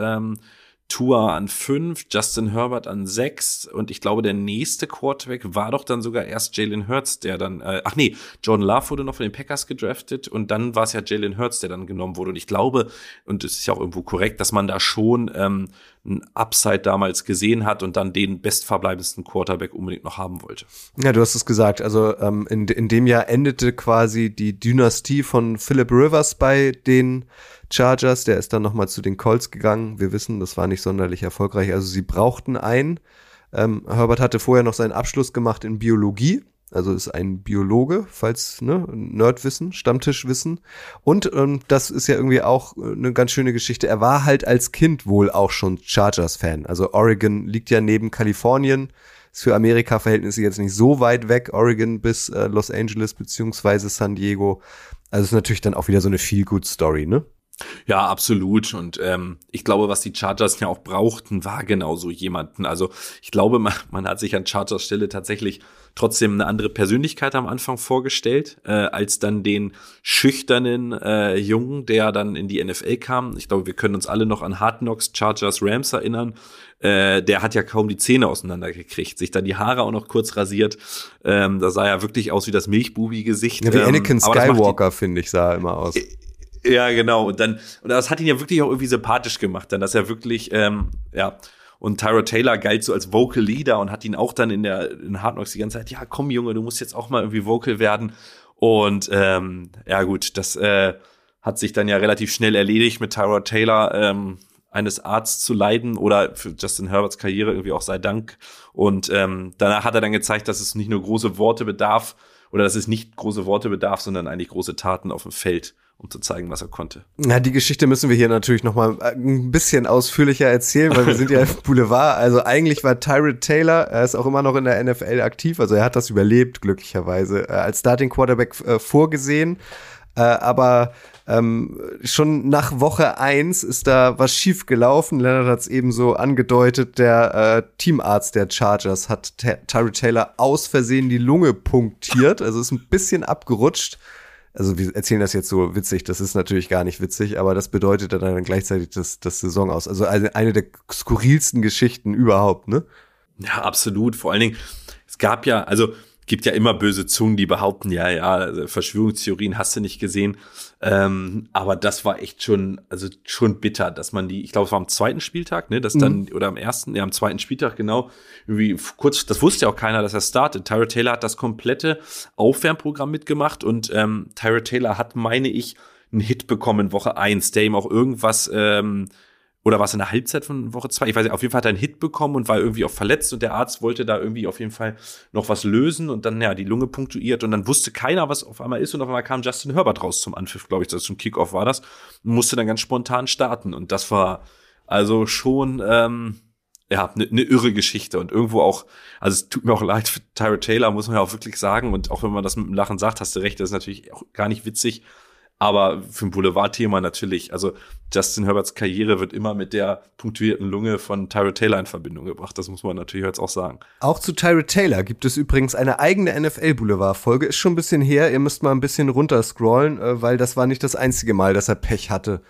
Tua an 5, Justin Herbert an 6 und ich glaube, der nächste Quarterback war doch dann sogar erst Jalen Hurts, der dann, Jordan Love wurde noch von den Packers gedraftet und dann war es ja Jalen Hurts, der dann genommen wurde und ich glaube, und es ist ja auch irgendwo korrekt, dass man da schon ein Upside damals gesehen hat und dann den bestverbleibendsten Quarterback unbedingt noch haben wollte. Ja, du hast es gesagt, also in dem Jahr endete quasi die Dynastie von Philip Rivers bei den Chargers, der ist dann nochmal zu den Colts gegangen. Wir wissen, das war nicht sonderlich erfolgreich, also sie brauchten einen. Herbert hatte vorher noch seinen Abschluss gemacht in Biologie, also ist ein Biologe, falls, Nerdwissen, Stammtischwissen. Und das ist ja irgendwie auch eine ganz schöne Geschichte. Er war halt als Kind wohl auch schon Chargers-Fan. Also Oregon liegt ja neben Kalifornien, ist für Amerika-Verhältnisse jetzt nicht so weit weg, Oregon bis Los Angeles beziehungsweise San Diego. Also ist natürlich dann auch wieder so eine Feel-Good-Story, ne? Ja, absolut. Und ich glaube, was die Chargers ja auch brauchten, war genau so jemanden. Also ich glaube, man hat sich an Chargers Stelle tatsächlich trotzdem eine andere Persönlichkeit am Anfang vorgestellt, als dann den schüchternen Jungen, der dann in die NFL kam. Ich glaube, wir können uns alle noch an Hard Knocks Chargers Rams erinnern. Der hat ja kaum die Zähne auseinandergekriegt, sich dann die Haare auch noch kurz rasiert. Da sah er wirklich aus wie das Milchbubi-Gesicht. Ja, wie Anakin Skywalker, finde ich, sah er immer aus. Ja, genau. Und das hat ihn ja wirklich auch irgendwie sympathisch gemacht, dann, dass er wirklich, und Tyrod Taylor galt so als Vocal Leader und hat ihn auch dann in Hard Knocks die ganze Zeit, ja, komm Junge, du musst jetzt auch mal irgendwie vocal werden. Und das hat sich dann ja relativ schnell erledigt mit Tyrod Taylor, eines Arztes zu leiden oder für Justin Herberts Karriere irgendwie auch sei Dank. Und danach hat er dann gezeigt, dass es nicht nur große Worte bedarf, oder dass es nicht große Worte bedarf, sondern eigentlich große Taten auf dem Feld, um zu zeigen, was er konnte. Ja, die Geschichte müssen wir hier natürlich noch mal ein bisschen ausführlicher erzählen, weil wir sind ja im Boulevard. Also eigentlich war Tyrod Taylor, er ist auch immer noch in der NFL aktiv, also er hat das überlebt, glücklicherweise, als Starting Quarterback vorgesehen. Aber schon nach Woche 1 ist da was schief gelaufen. Leonard hat es eben so angedeutet, der Teamarzt der Chargers hat Tyrod Taylor aus Versehen die Lunge punktiert, also ist ein bisschen abgerutscht. Also wir erzählen das jetzt so witzig, das ist natürlich gar nicht witzig, aber das bedeutet dann gleichzeitig das Saison aus. Also eine der skurrilsten Geschichten überhaupt, ne? Ja, absolut. Vor allen Dingen, gibt ja immer böse Zungen, die behaupten, ja, Verschwörungstheorien hast du nicht gesehen. Aber das war echt schon bitter, dass man ich glaube, es war am zweiten Spieltag, ne, dass dann, oder am zweiten Spieltag, genau, irgendwie kurz, das wusste ja auch keiner, dass er startet. Tyrod Taylor hat das komplette Aufwärmprogramm mitgemacht und Tyrod Taylor hat, meine ich, einen Hit bekommen in Woche 1, der ihm auch irgendwas, oder war es in der Halbzeit von Woche 2? Ich weiß nicht, auf jeden Fall hat er einen Hit bekommen und war irgendwie auch verletzt und der Arzt wollte da irgendwie auf jeden Fall noch was lösen und dann, die Lunge punktuiert und dann wusste keiner, was auf einmal ist und auf einmal kam Justin Herbert raus zum Anpfiff, glaube ich, das zum Kickoff war das und musste dann ganz spontan starten und das war also schon, eine irre Geschichte und irgendwo auch, also es tut mir auch leid für Tyrod Taylor, muss man ja auch wirklich sagen und auch wenn man das mit dem Lachen sagt, hast du recht, das ist natürlich auch gar nicht witzig. Aber für ein Boulevard-Thema natürlich. Also Justin Herberts Karriere wird immer mit der punktuierten Lunge von Tyrod Taylor in Verbindung gebracht. Das muss man natürlich jetzt auch sagen. Auch zu Tyrod Taylor gibt es übrigens eine eigene NFL-Boulevard-Folge. Ist schon ein bisschen her. Ihr müsst mal ein bisschen runterscrollen, weil das war nicht das einzige Mal, dass er Pech hatte.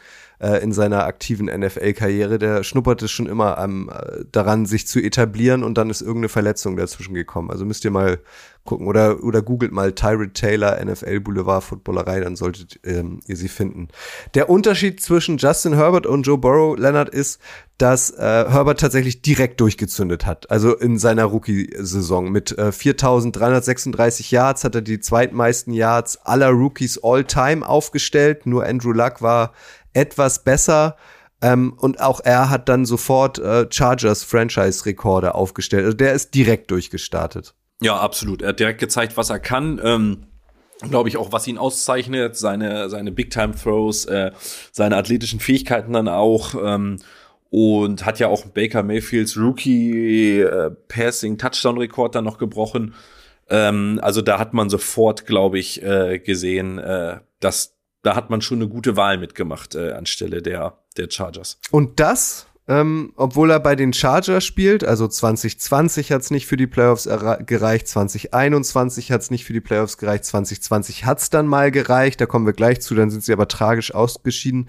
in seiner aktiven NFL-Karriere. Der schnupperte schon immer daran, sich zu etablieren und dann ist irgendeine Verletzung dazwischen gekommen. Also müsst ihr mal gucken oder googelt mal Tyrod Taylor, NFL Boulevard Footballerei, dann solltet ihr sie finden. Der Unterschied zwischen Justin Herbert und Joe Burrow, Lennart, ist, dass Herbert tatsächlich direkt durchgezündet hat. Also in seiner Rookie-Saison mit 4.336 Yards hat er die zweitmeisten Yards aller Rookies all-time aufgestellt. Nur Andrew Luck war etwas besser. Und auch er hat dann sofort Chargers Franchise-Rekorde aufgestellt. Also der ist direkt durchgestartet. Ja, absolut. Er hat direkt gezeigt, was er kann. Glaube ich auch, was ihn auszeichnet. Seine Big-Time-Throws, seine athletischen Fähigkeiten dann auch. Und hat ja auch Baker Mayfields Rookie Passing-Touchdown-Rekord dann noch gebrochen. Also da hat man sofort, glaube ich, gesehen, dass da hat man schon eine gute Wahl mitgemacht anstelle der Chargers. Und das, obwohl er bei den Chargers spielt, also 2020 hat's nicht für die Playoffs gereicht, 2021 hat's nicht für die Playoffs gereicht, 2020 hat's dann mal gereicht, da kommen wir gleich zu, dann sind sie aber tragisch ausgeschieden.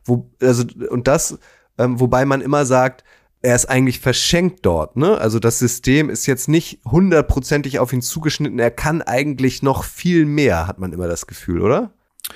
Wobei man immer sagt, er ist eigentlich verschenkt dort, ne? Also das System ist jetzt nicht 100%ig auf ihn zugeschnitten, er kann eigentlich noch viel mehr, hat man immer das Gefühl, oder?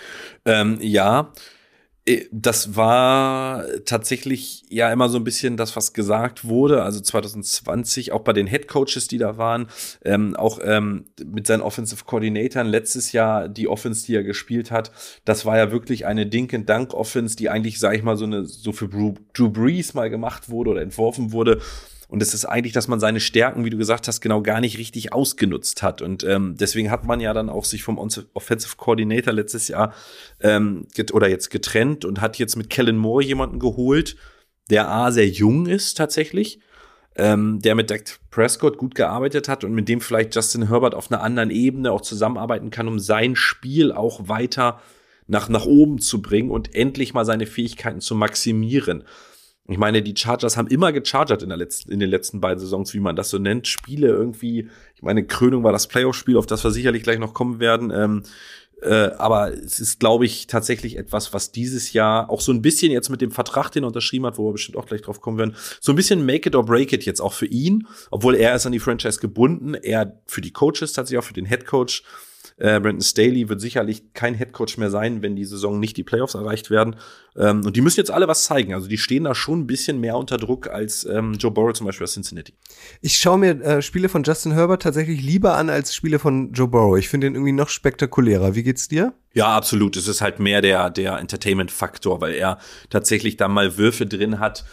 Ja, das war tatsächlich ja immer so ein bisschen das, was gesagt wurde. Also 2020, auch bei den Headcoaches, die da waren, auch mit seinen Offensive Coordinatoren letztes Jahr die Offense, die er gespielt hat, das war ja wirklich eine Dink-and-Dunk-Offense, die eigentlich, sag ich mal, so für Drew Brees mal gemacht wurde oder entworfen wurde. Und es ist eigentlich, dass man seine Stärken, wie du gesagt hast, genau gar nicht richtig ausgenutzt hat. Und deswegen hat man ja dann auch sich vom Offensive Coordinator letztes Jahr oder jetzt getrennt und hat jetzt mit Kellen Moore jemanden geholt, der sehr jung ist tatsächlich, der mit Dak Prescott gut gearbeitet hat und mit dem vielleicht Justin Herbert auf einer anderen Ebene auch zusammenarbeiten kann, um sein Spiel auch weiter nach oben zu bringen und endlich mal seine Fähigkeiten zu maximieren. Ich meine, die Chargers haben immer gechargert in den letzten beiden Saisons, wie man das so nennt. Spiele irgendwie, ich meine, Krönung war das Playoff-Spiel, auf das wir sicherlich gleich noch kommen werden. Aber es ist, glaube ich, tatsächlich etwas, was dieses Jahr auch so ein bisschen jetzt mit dem Vertrag, den er unterschrieben hat, wo wir bestimmt auch gleich drauf kommen werden, so ein bisschen make it or break it jetzt auch für ihn. Obwohl er ist an die Franchise gebunden, er für die Coaches, tatsächlich auch für den Headcoach. Brandon Staley wird sicherlich kein Headcoach mehr sein, wenn die Saison nicht die Playoffs erreicht werden. Und die müssen jetzt alle was zeigen. Also die stehen da schon ein bisschen mehr unter Druck als Joe Burrow zum Beispiel aus Cincinnati. Ich schaue mir Spiele von Justin Herbert tatsächlich lieber an als Spiele von Joe Burrow. Ich finde ihn irgendwie noch spektakulärer. Wie geht's dir? Ja, absolut. Es ist halt mehr der Entertainment-Faktor, weil er tatsächlich da mal Würfe drin hat,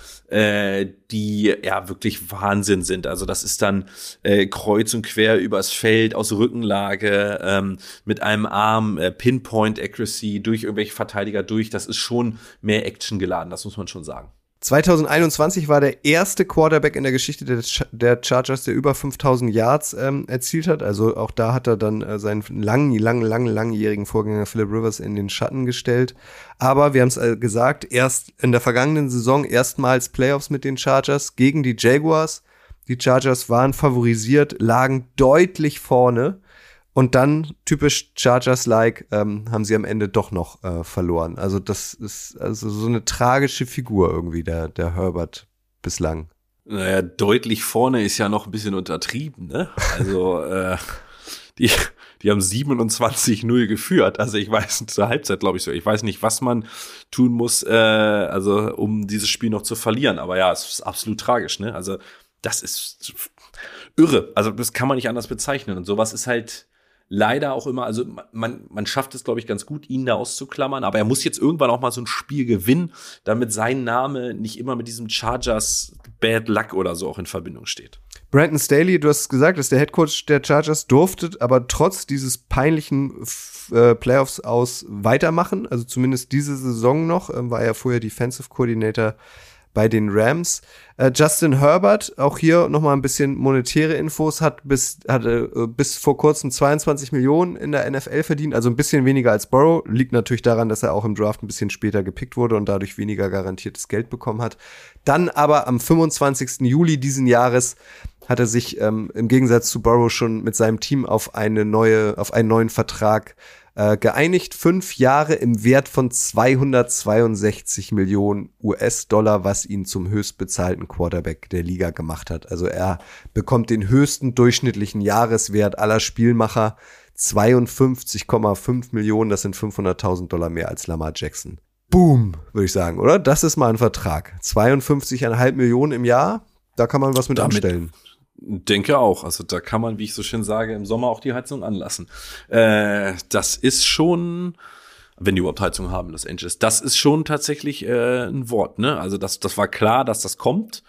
die ja wirklich Wahnsinn sind. Also das ist dann kreuz und quer übers Feld, aus Rückenlage, mit einem Arm, Pinpoint Accuracy durch irgendwelche Verteidiger durch. Das ist schon mehr Action geladen, das muss man schon sagen. 2021 war der erste Quarterback in der Geschichte der Chargers, der über 5.000 Yards erzielt hat. Also auch da hat er dann seinen langjährigen Vorgänger Philip Rivers in den Schatten gestellt. Aber wir haben es gesagt, erst in der vergangenen Saison erstmals Playoffs mit den Chargers gegen die Jaguars. Die Chargers waren favorisiert, lagen deutlich vorne. Und dann, typisch Chargers-like, haben sie am Ende doch noch verloren. Also das ist also so eine tragische Figur irgendwie, der Herbert bislang. Naja, deutlich vorne ist ja noch ein bisschen untertrieben, ne? Also die haben 27-0 geführt. Also ich weiß, zur Halbzeit, glaube ich so. Ich weiß nicht, was man tun muss, also um dieses Spiel noch zu verlieren. Aber ja, es ist absolut tragisch, ne? Also das ist irre. Also das kann man nicht anders bezeichnen. Und sowas ist halt leider auch immer, also man schafft es, glaube ich, ganz gut, ihn da auszuklammern, aber er muss jetzt irgendwann auch mal so ein Spiel gewinnen, damit sein Name nicht immer mit diesem Chargers Bad Luck oder so auch in Verbindung steht. Brandon Staley, du hast gesagt, ist der Headcoach der Chargers, durfte aber trotz dieses peinlichen Playoffs aus weitermachen, also zumindest diese Saison noch, war er vorher Defensive Coordinator bei den Rams. Justin Herbert, auch hier nochmal ein bisschen monetäre Infos, hatte bis vor kurzem 22 Millionen in der NFL verdient, also ein bisschen weniger als Burrow. Liegt natürlich daran, dass er auch im Draft ein bisschen später gepickt wurde und dadurch weniger garantiertes Geld bekommen hat. Dann aber am 25. Juli diesen Jahres hat er sich im Gegensatz zu Burrow schon mit seinem Team auf einen neuen Vertrag Geeinigt 5 Jahre im Wert von 262 Millionen US-Dollar, was ihn zum höchstbezahlten Quarterback der Liga gemacht hat. Also er bekommt den höchsten durchschnittlichen Jahreswert aller Spielmacher, 52,5 Millionen, das sind $500.000 mehr als Lamar Jackson. Boom, würde ich sagen, oder? Das ist mal ein Vertrag. 52,5 Millionen im Jahr, da kann man was mit anstellen. Denke auch. Also da kann man, wie ich so schön sage, im Sommer auch die Heizung anlassen. Das ist schon, wenn die überhaupt Heizung haben, Los Angeles, das ist schon tatsächlich ein Wort, ne? Also das war klar, dass das kommt.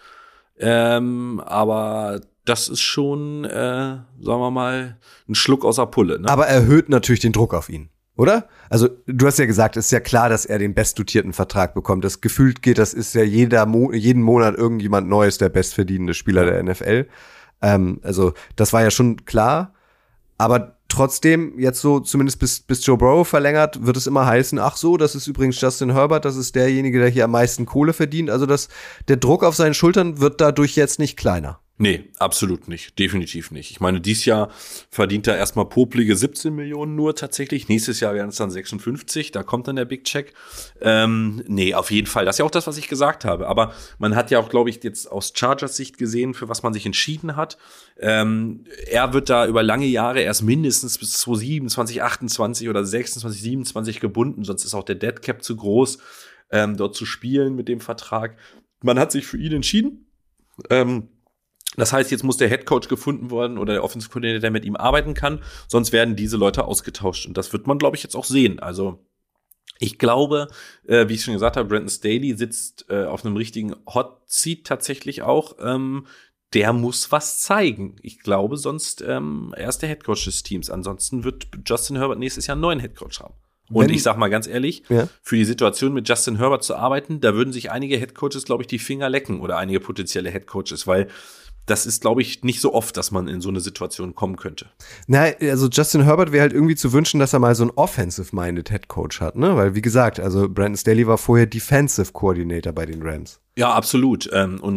Aber das ist schon, sagen wir mal, ein Schluck aus der Pulle, ne? Aber erhöht natürlich den Druck auf ihn, oder? Also du hast ja gesagt, es ist ja klar, dass er den bestdotierten Vertrag bekommt. Das gefühlt geht, das ist ja jeden Monat irgendjemand Neues, der bestverdienende Spieler der NFL. Also das war ja schon klar, aber trotzdem jetzt so zumindest bis Joe Burrow verlängert, wird es immer heißen, ach so, das ist übrigens Justin Herbert, das ist derjenige, der hier am meisten Kohle verdient. Also der Druck auf seinen Schultern wird dadurch jetzt nicht kleiner. Nee, absolut nicht. Definitiv nicht. Ich meine, dieses Jahr verdient er erstmal poplige 17 Millionen nur tatsächlich. Nächstes Jahr werden es dann 56. Da kommt dann der Big Check. Nee, auf jeden Fall. Das ist ja auch das, was ich gesagt habe. Aber man hat ja auch, glaube ich, jetzt aus Chargers Sicht gesehen, für was man sich entschieden hat. Er wird da über lange Jahre erst mindestens bis 2027, 28 oder 26, 27 gebunden. Sonst ist auch der Dead Cap zu groß, dort zu spielen mit dem Vertrag. Man hat sich für ihn entschieden. Das heißt, jetzt muss der Headcoach gefunden werden oder der Offensive Coordinator, der mit ihm arbeiten kann. Sonst werden diese Leute ausgetauscht. Und das wird man, glaube ich, jetzt auch sehen. Also ich glaube, wie ich schon gesagt habe, Brandon Staley sitzt auf einem richtigen Hot Seat tatsächlich auch. Der muss was zeigen. Ich glaube, sonst er ist der Headcoach des Teams. Ansonsten wird Justin Herbert nächstes Jahr einen neuen Headcoach haben. Und ich sag mal ganz ehrlich, für die Situation mit Justin Herbert zu arbeiten, da würden sich einige Headcoaches, glaube ich, die Finger lecken oder einige potenzielle Headcoaches, weil das ist, glaube ich, nicht so oft, dass man in so eine Situation kommen könnte. Na, also Justin Herbert wäre halt irgendwie zu wünschen, dass er mal so einen offensive-minded Headcoach hat, ne? Weil, wie gesagt, also Brandon Staley war vorher Defensive Coordinator bei den Rams. Ja, absolut. Oh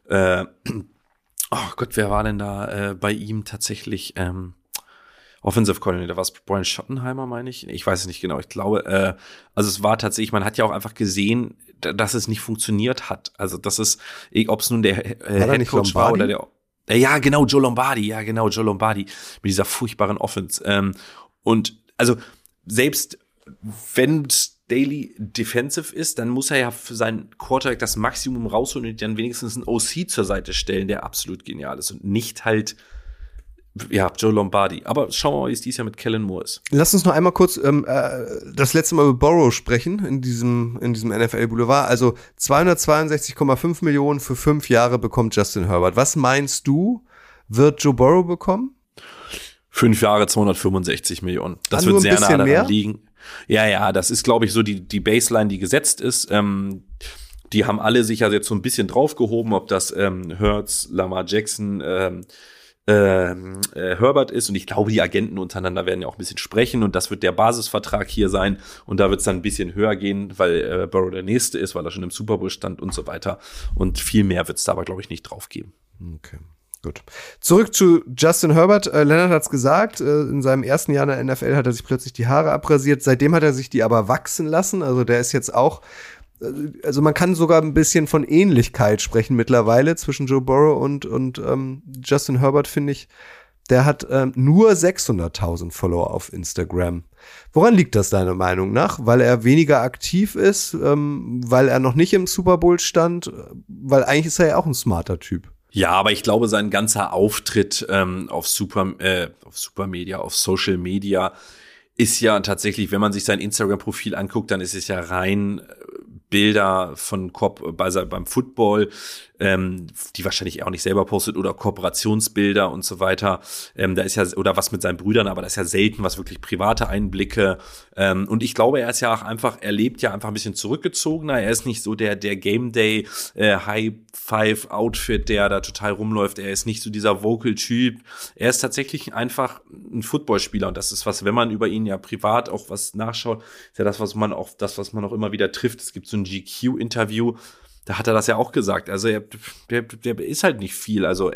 Gott, wer war denn da bei ihm tatsächlich Offensive Coordinator? War es Brian Schottenheimer, meine ich? Ich weiß es nicht genau. Ich glaube, also es war tatsächlich, man hat ja auch einfach gesehen, dass es nicht funktioniert hat. Also das ist, ob es nun der Headcoach war oder der ja, genau, Joe Lombardi. Mit dieser furchtbaren Offense. Und also selbst wenn Staley defensive ist, dann muss er ja für seinen Quarterback das Maximum rausholen und dann wenigstens einen OC zur Seite stellen, der absolut genial ist und nicht halt Joe Lombardi. Aber schauen wir mal, wie es dieses Jahr mit Kellen Moore ist. Lass uns noch einmal kurz das letzte Mal über Burrow sprechen in diesem NFL Boulevard. Also 262,5 Millionen für 5 Jahre bekommt Justin Herbert. Was meinst du, wird Joe Burrow bekommen? 5 Jahre 265 Millionen. Das wird sehr nah daran liegen. Ja, das ist, glaube ich, so die Baseline, die gesetzt ist. Die haben alle sich ja jetzt so ein bisschen draufgehoben, ob das Hurts, Lamar Jackson, Herbert ist, und ich glaube, die Agenten untereinander werden ja auch ein bisschen sprechen, und das wird der Basisvertrag hier sein, und da wird es dann ein bisschen höher gehen, weil Burrow der Nächste ist, weil er schon im Super Bowl stand und so weiter, und viel mehr wird es da aber, glaube ich, nicht drauf geben. Okay, gut. Zurück zu Justin Herbert. Leonard hat's gesagt, in seinem ersten Jahr in der NFL hat er sich plötzlich die Haare abrasiert, seitdem hat er sich die aber wachsen lassen, also der ist jetzt auch, also man kann sogar ein bisschen von Ähnlichkeit sprechen mittlerweile zwischen Joe Burrow und Justin Herbert, finde ich. Der hat nur 600.000 Follower auf Instagram. Woran liegt das deiner Meinung nach? Weil er weniger aktiv ist, weil er noch nicht im Super Bowl stand, weil eigentlich ist er ja auch ein smarter Typ. Ja, aber ich glaube, sein ganzer Auftritt auf Supermedia, auf Social Media ist ja tatsächlich, wenn man sich sein Instagram-Profil anguckt, dann ist es ja rein Bilder von beim Football, die wahrscheinlich auch nicht selber postet, oder Kooperationsbilder und so weiter. Da ist ja, oder was mit seinen Brüdern, aber das ist ja selten was wirklich private Einblicke. Und ich glaube, er ist ja auch einfach, er lebt ja einfach ein bisschen zurückgezogener. Er ist nicht so der Game Day High Five Outfit, der da total rumläuft. Er ist nicht so dieser Vocal-Typ. Er ist tatsächlich einfach ein Footballspieler, und das ist was, wenn man über ihn ja privat auch was nachschaut, ist ja das, was man auch immer wieder trifft. Es gibt so ein GQ-Interview, da hat er das ja auch gesagt. Also der ist halt nicht viel. Also er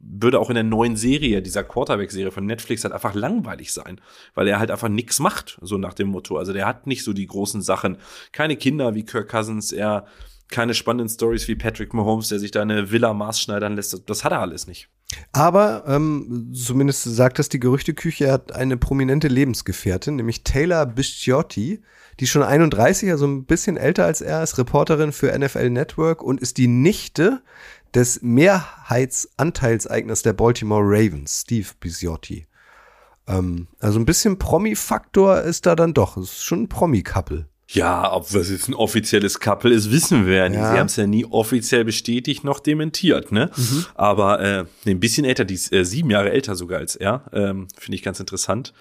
würde auch in der neuen Serie, dieser Quarterback-Serie von Netflix, halt einfach langweilig sein, weil er halt einfach nichts macht, so nach dem Motto. Also der hat nicht so die großen Sachen. Keine Kinder wie Kirk Cousins, keine spannenden Stories wie Patrick Mahomes, der sich da eine Villa maßschneidern lässt. Das hat er alles nicht. Aber zumindest sagt das die Gerüchteküche, er hat eine prominente Lebensgefährtin, nämlich Taylor Bisciotti, die ist schon 31, also ein bisschen älter als er, ist Reporterin für NFL Network und ist die Nichte des Mehrheitsanteilseigners der Baltimore Ravens, Steve Bisciotti. Also ein bisschen Promi-Faktor ist da dann doch. Es ist schon ein Promi-Couple. Ja, ob das jetzt ein offizielles Couple ist, wissen wir ja nicht. Sie haben es ja nie offiziell bestätigt noch dementiert, ne? Aber ein bisschen älter, die ist 7 Jahre älter sogar als er. Finde ich ganz interessant.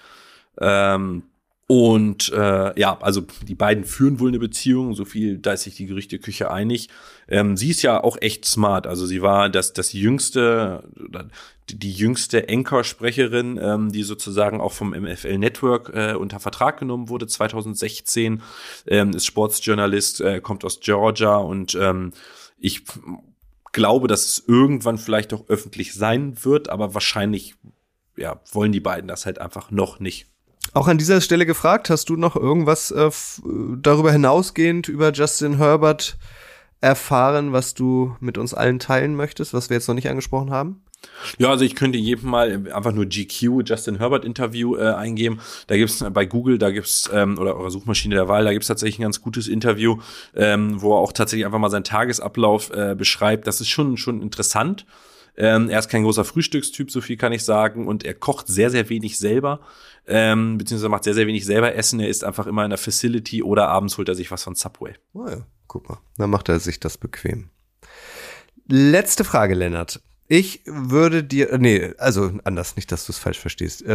Also die beiden führen wohl eine Beziehung, so viel, da ist sich die Gerüchteküche einig. Sie ist ja auch echt smart, also sie war die jüngste Anchor-Sprecherin, die sozusagen auch vom NFL Network unter Vertrag genommen wurde, 2016, ist Sportsjournalist, kommt aus Georgia und ich glaube, dass es irgendwann vielleicht auch öffentlich sein wird, aber wahrscheinlich wollen die beiden das halt einfach noch nicht. Auch an dieser Stelle gefragt, hast du noch irgendwas darüber hinausgehend über Justin Herbert erfahren, was du mit uns allen teilen möchtest, was wir jetzt noch nicht angesprochen haben? Ja, also ich könnte jedem mal einfach nur GQ, Justin Herbert Interview eingeben. Da gibt's bei Google, oder eurer Suchmaschine der Wahl, da gibt's tatsächlich ein ganz gutes Interview, wo er auch tatsächlich einfach mal seinen Tagesablauf beschreibt. Das ist schon interessant. Er ist kein großer Frühstückstyp, so viel kann ich sagen, und er kocht sehr, sehr wenig selber, beziehungsweise macht sehr, sehr wenig selber Essen. Er ist einfach immer in der Facility oder abends holt er sich was von Subway. Oh ja, guck mal, dann macht er sich das bequem. Letzte Frage, Lennart. Ich würde dir, anders, nicht, dass du es falsch verstehst.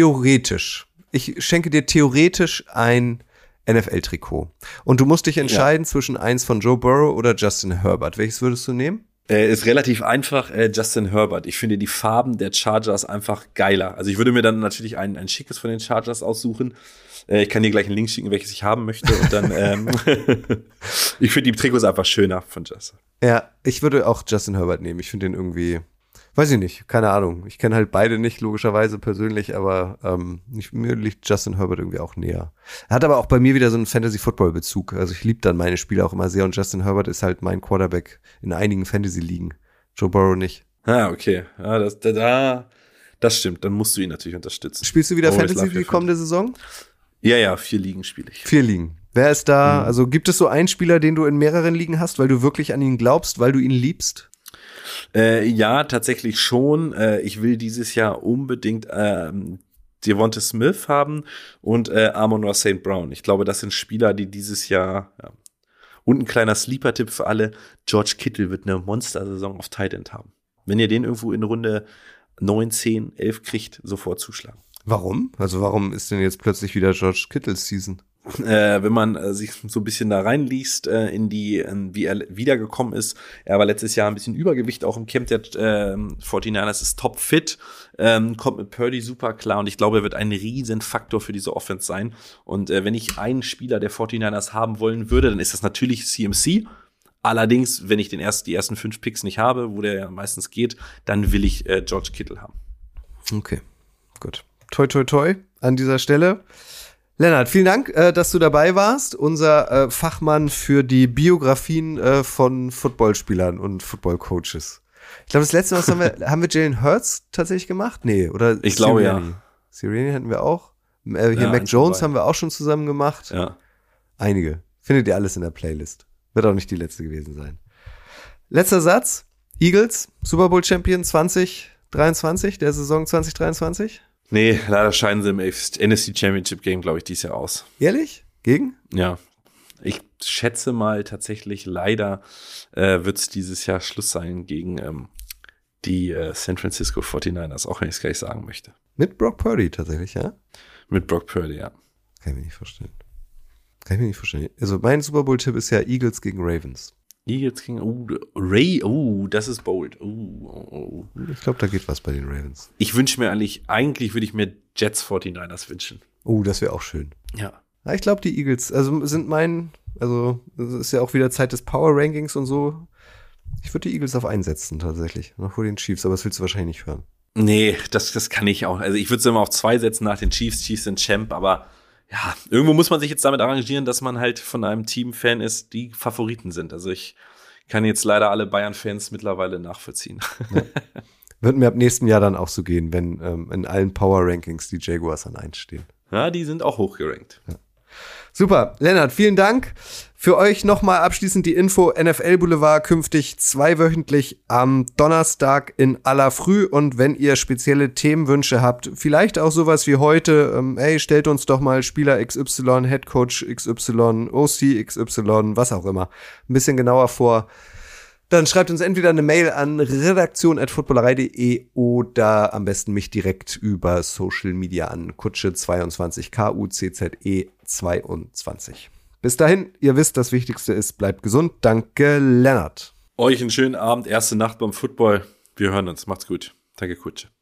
Ich schenke dir theoretisch ein NFL-Trikot. Und du musst dich entscheiden zwischen eins von Joe Burrow oder Justin Herbert. Welches würdest du nehmen? Ist relativ einfach, Justin Herbert. Ich finde die Farben der Chargers einfach geiler. Also ich würde mir dann natürlich ein schickes von den Chargers aussuchen. Ich kann dir gleich einen Link schicken, welches ich haben möchte. Und dann, ich finde die Trikots einfach schöner von Justin. Ja, ich würde auch Justin Herbert nehmen. Ich finde den irgendwie, weiß ich nicht, keine Ahnung. Ich kenne halt beide nicht, logischerweise persönlich, aber mir liegt Justin Herbert irgendwie auch näher. Er hat aber auch bei mir wieder so einen Fantasy-Football-Bezug. Also ich liebe dann meine Spiele auch immer sehr und Justin Herbert ist halt mein Quarterback in einigen Fantasy-Ligen. Joe Burrow nicht. Ah, okay. Ja, das stimmt. Dann musst du ihn natürlich unterstützen. Spielst du wieder Fantasy die kommende Saison? Ja, 4 Ligen spiele ich. 4 Ligen. Wer ist da, also gibt es so einen Spieler, den du in mehreren Ligen hast, weil du wirklich an ihn glaubst, weil du ihn liebst? Ja, tatsächlich schon. Ich will dieses Jahr unbedingt Devonta Smith haben und Amon-Ra St. Brown. Ich glaube, das sind Spieler, die dieses Jahr, und ein kleiner Sleeper-Tipp für alle, George Kittle wird eine Monster-Saison auf Tight End haben. Wenn ihr den irgendwo in Runde 9, 10, 11 kriegt, sofort zuschlagen. Warum? Also warum ist denn jetzt plötzlich wieder George Kittles Season? Wenn man sich so ein bisschen da reinliest wie er wiedergekommen ist. Er war letztes Jahr ein bisschen Übergewicht, auch im Camp der 49ers, ist topfit, kommt mit Purdy super klar und ich glaube, er wird ein Riesenfaktor für diese Offense sein. Und wenn ich einen Spieler der 49ers haben wollen würde, dann ist das natürlich CMC. Allerdings, wenn ich die ersten 5 Picks nicht habe, wo der ja meistens geht, dann will ich George Kittle haben. Okay, gut. Toi, toi, toi an dieser Stelle. Lennart, vielen Dank, dass du dabei warst. Unser Fachmann für die Biografien von Footballspielern und Footballcoaches. Ich glaube, das letzte Mal haben wir Jalen Hurts tatsächlich gemacht? Nee, oder? Ich glaube, ja. Sirianni hatten wir auch. Hier Mac Jones haben wir auch schon zusammen gemacht. Ja. Einige. Findet ihr alles in der Playlist. Wird auch nicht die letzte gewesen sein. Letzter Satz. Eagles, Super Bowl Champion 2023, der Saison 2023? Nee, leider scheiden sie im NFC Championship Game, glaube ich, dieses Jahr aus. Ehrlich? Gegen? Ja. Ich schätze mal tatsächlich, leider wird es dieses Jahr Schluss sein gegen die San Francisco 49ers, auch wenn ich es gleich sagen möchte. Mit Brock Purdy tatsächlich, ja? Mit Brock Purdy, ja. Kann ich mir nicht vorstellen. Also mein Super Bowl-Tipp ist ja Eagles gegen Ravens. Eagles gegen das ist bold. Ich glaube, da geht was bei den Ravens. Ich wünsche mir eigentlich würde ich mir Jets 49ers wünschen. Das wäre auch schön. Ja. Ich glaube, die Eagles, es ist ja auch wieder Zeit des Power Rankings und so. Ich würde die Eagles auf 1 setzen, tatsächlich. Noch vor den Chiefs, aber das willst du wahrscheinlich nicht hören. Nee, das kann ich auch. Also ich würde es immer auf 2 setzen nach den Chiefs. Chiefs sind Champ, aber ja, irgendwo muss man sich jetzt damit arrangieren, dass man halt von einem Team Fan ist, die Favoriten sind. Also ich kann jetzt leider alle Bayern-Fans mittlerweile nachvollziehen. Ja. Wird mir ab nächstem Jahr dann auch so gehen, wenn in allen Power-Rankings die Jaguars an 1 stehen. Ja, die sind auch hochgerankt. Ja. Super, Lennart, vielen Dank. Für euch nochmal abschließend die Info, NFL Boulevard künftig 2-wöchentlich am Donnerstag in aller Früh. Und wenn ihr spezielle Themenwünsche habt, vielleicht auch sowas wie heute, stellt uns doch mal Spieler XY, Headcoach XY, OC XY, was auch immer, ein bisschen genauer vor. Dann schreibt uns entweder eine Mail an redaktion@footballerei.de oder am besten mich direkt über Social Media an Kutsche22, KUCZE22. Bis dahin, ihr wisst, das Wichtigste ist, bleibt gesund. Danke, Lennart. Euch einen schönen Abend, erste Nacht beim Football. Wir hören uns. Macht's gut. Danke, Kutsche.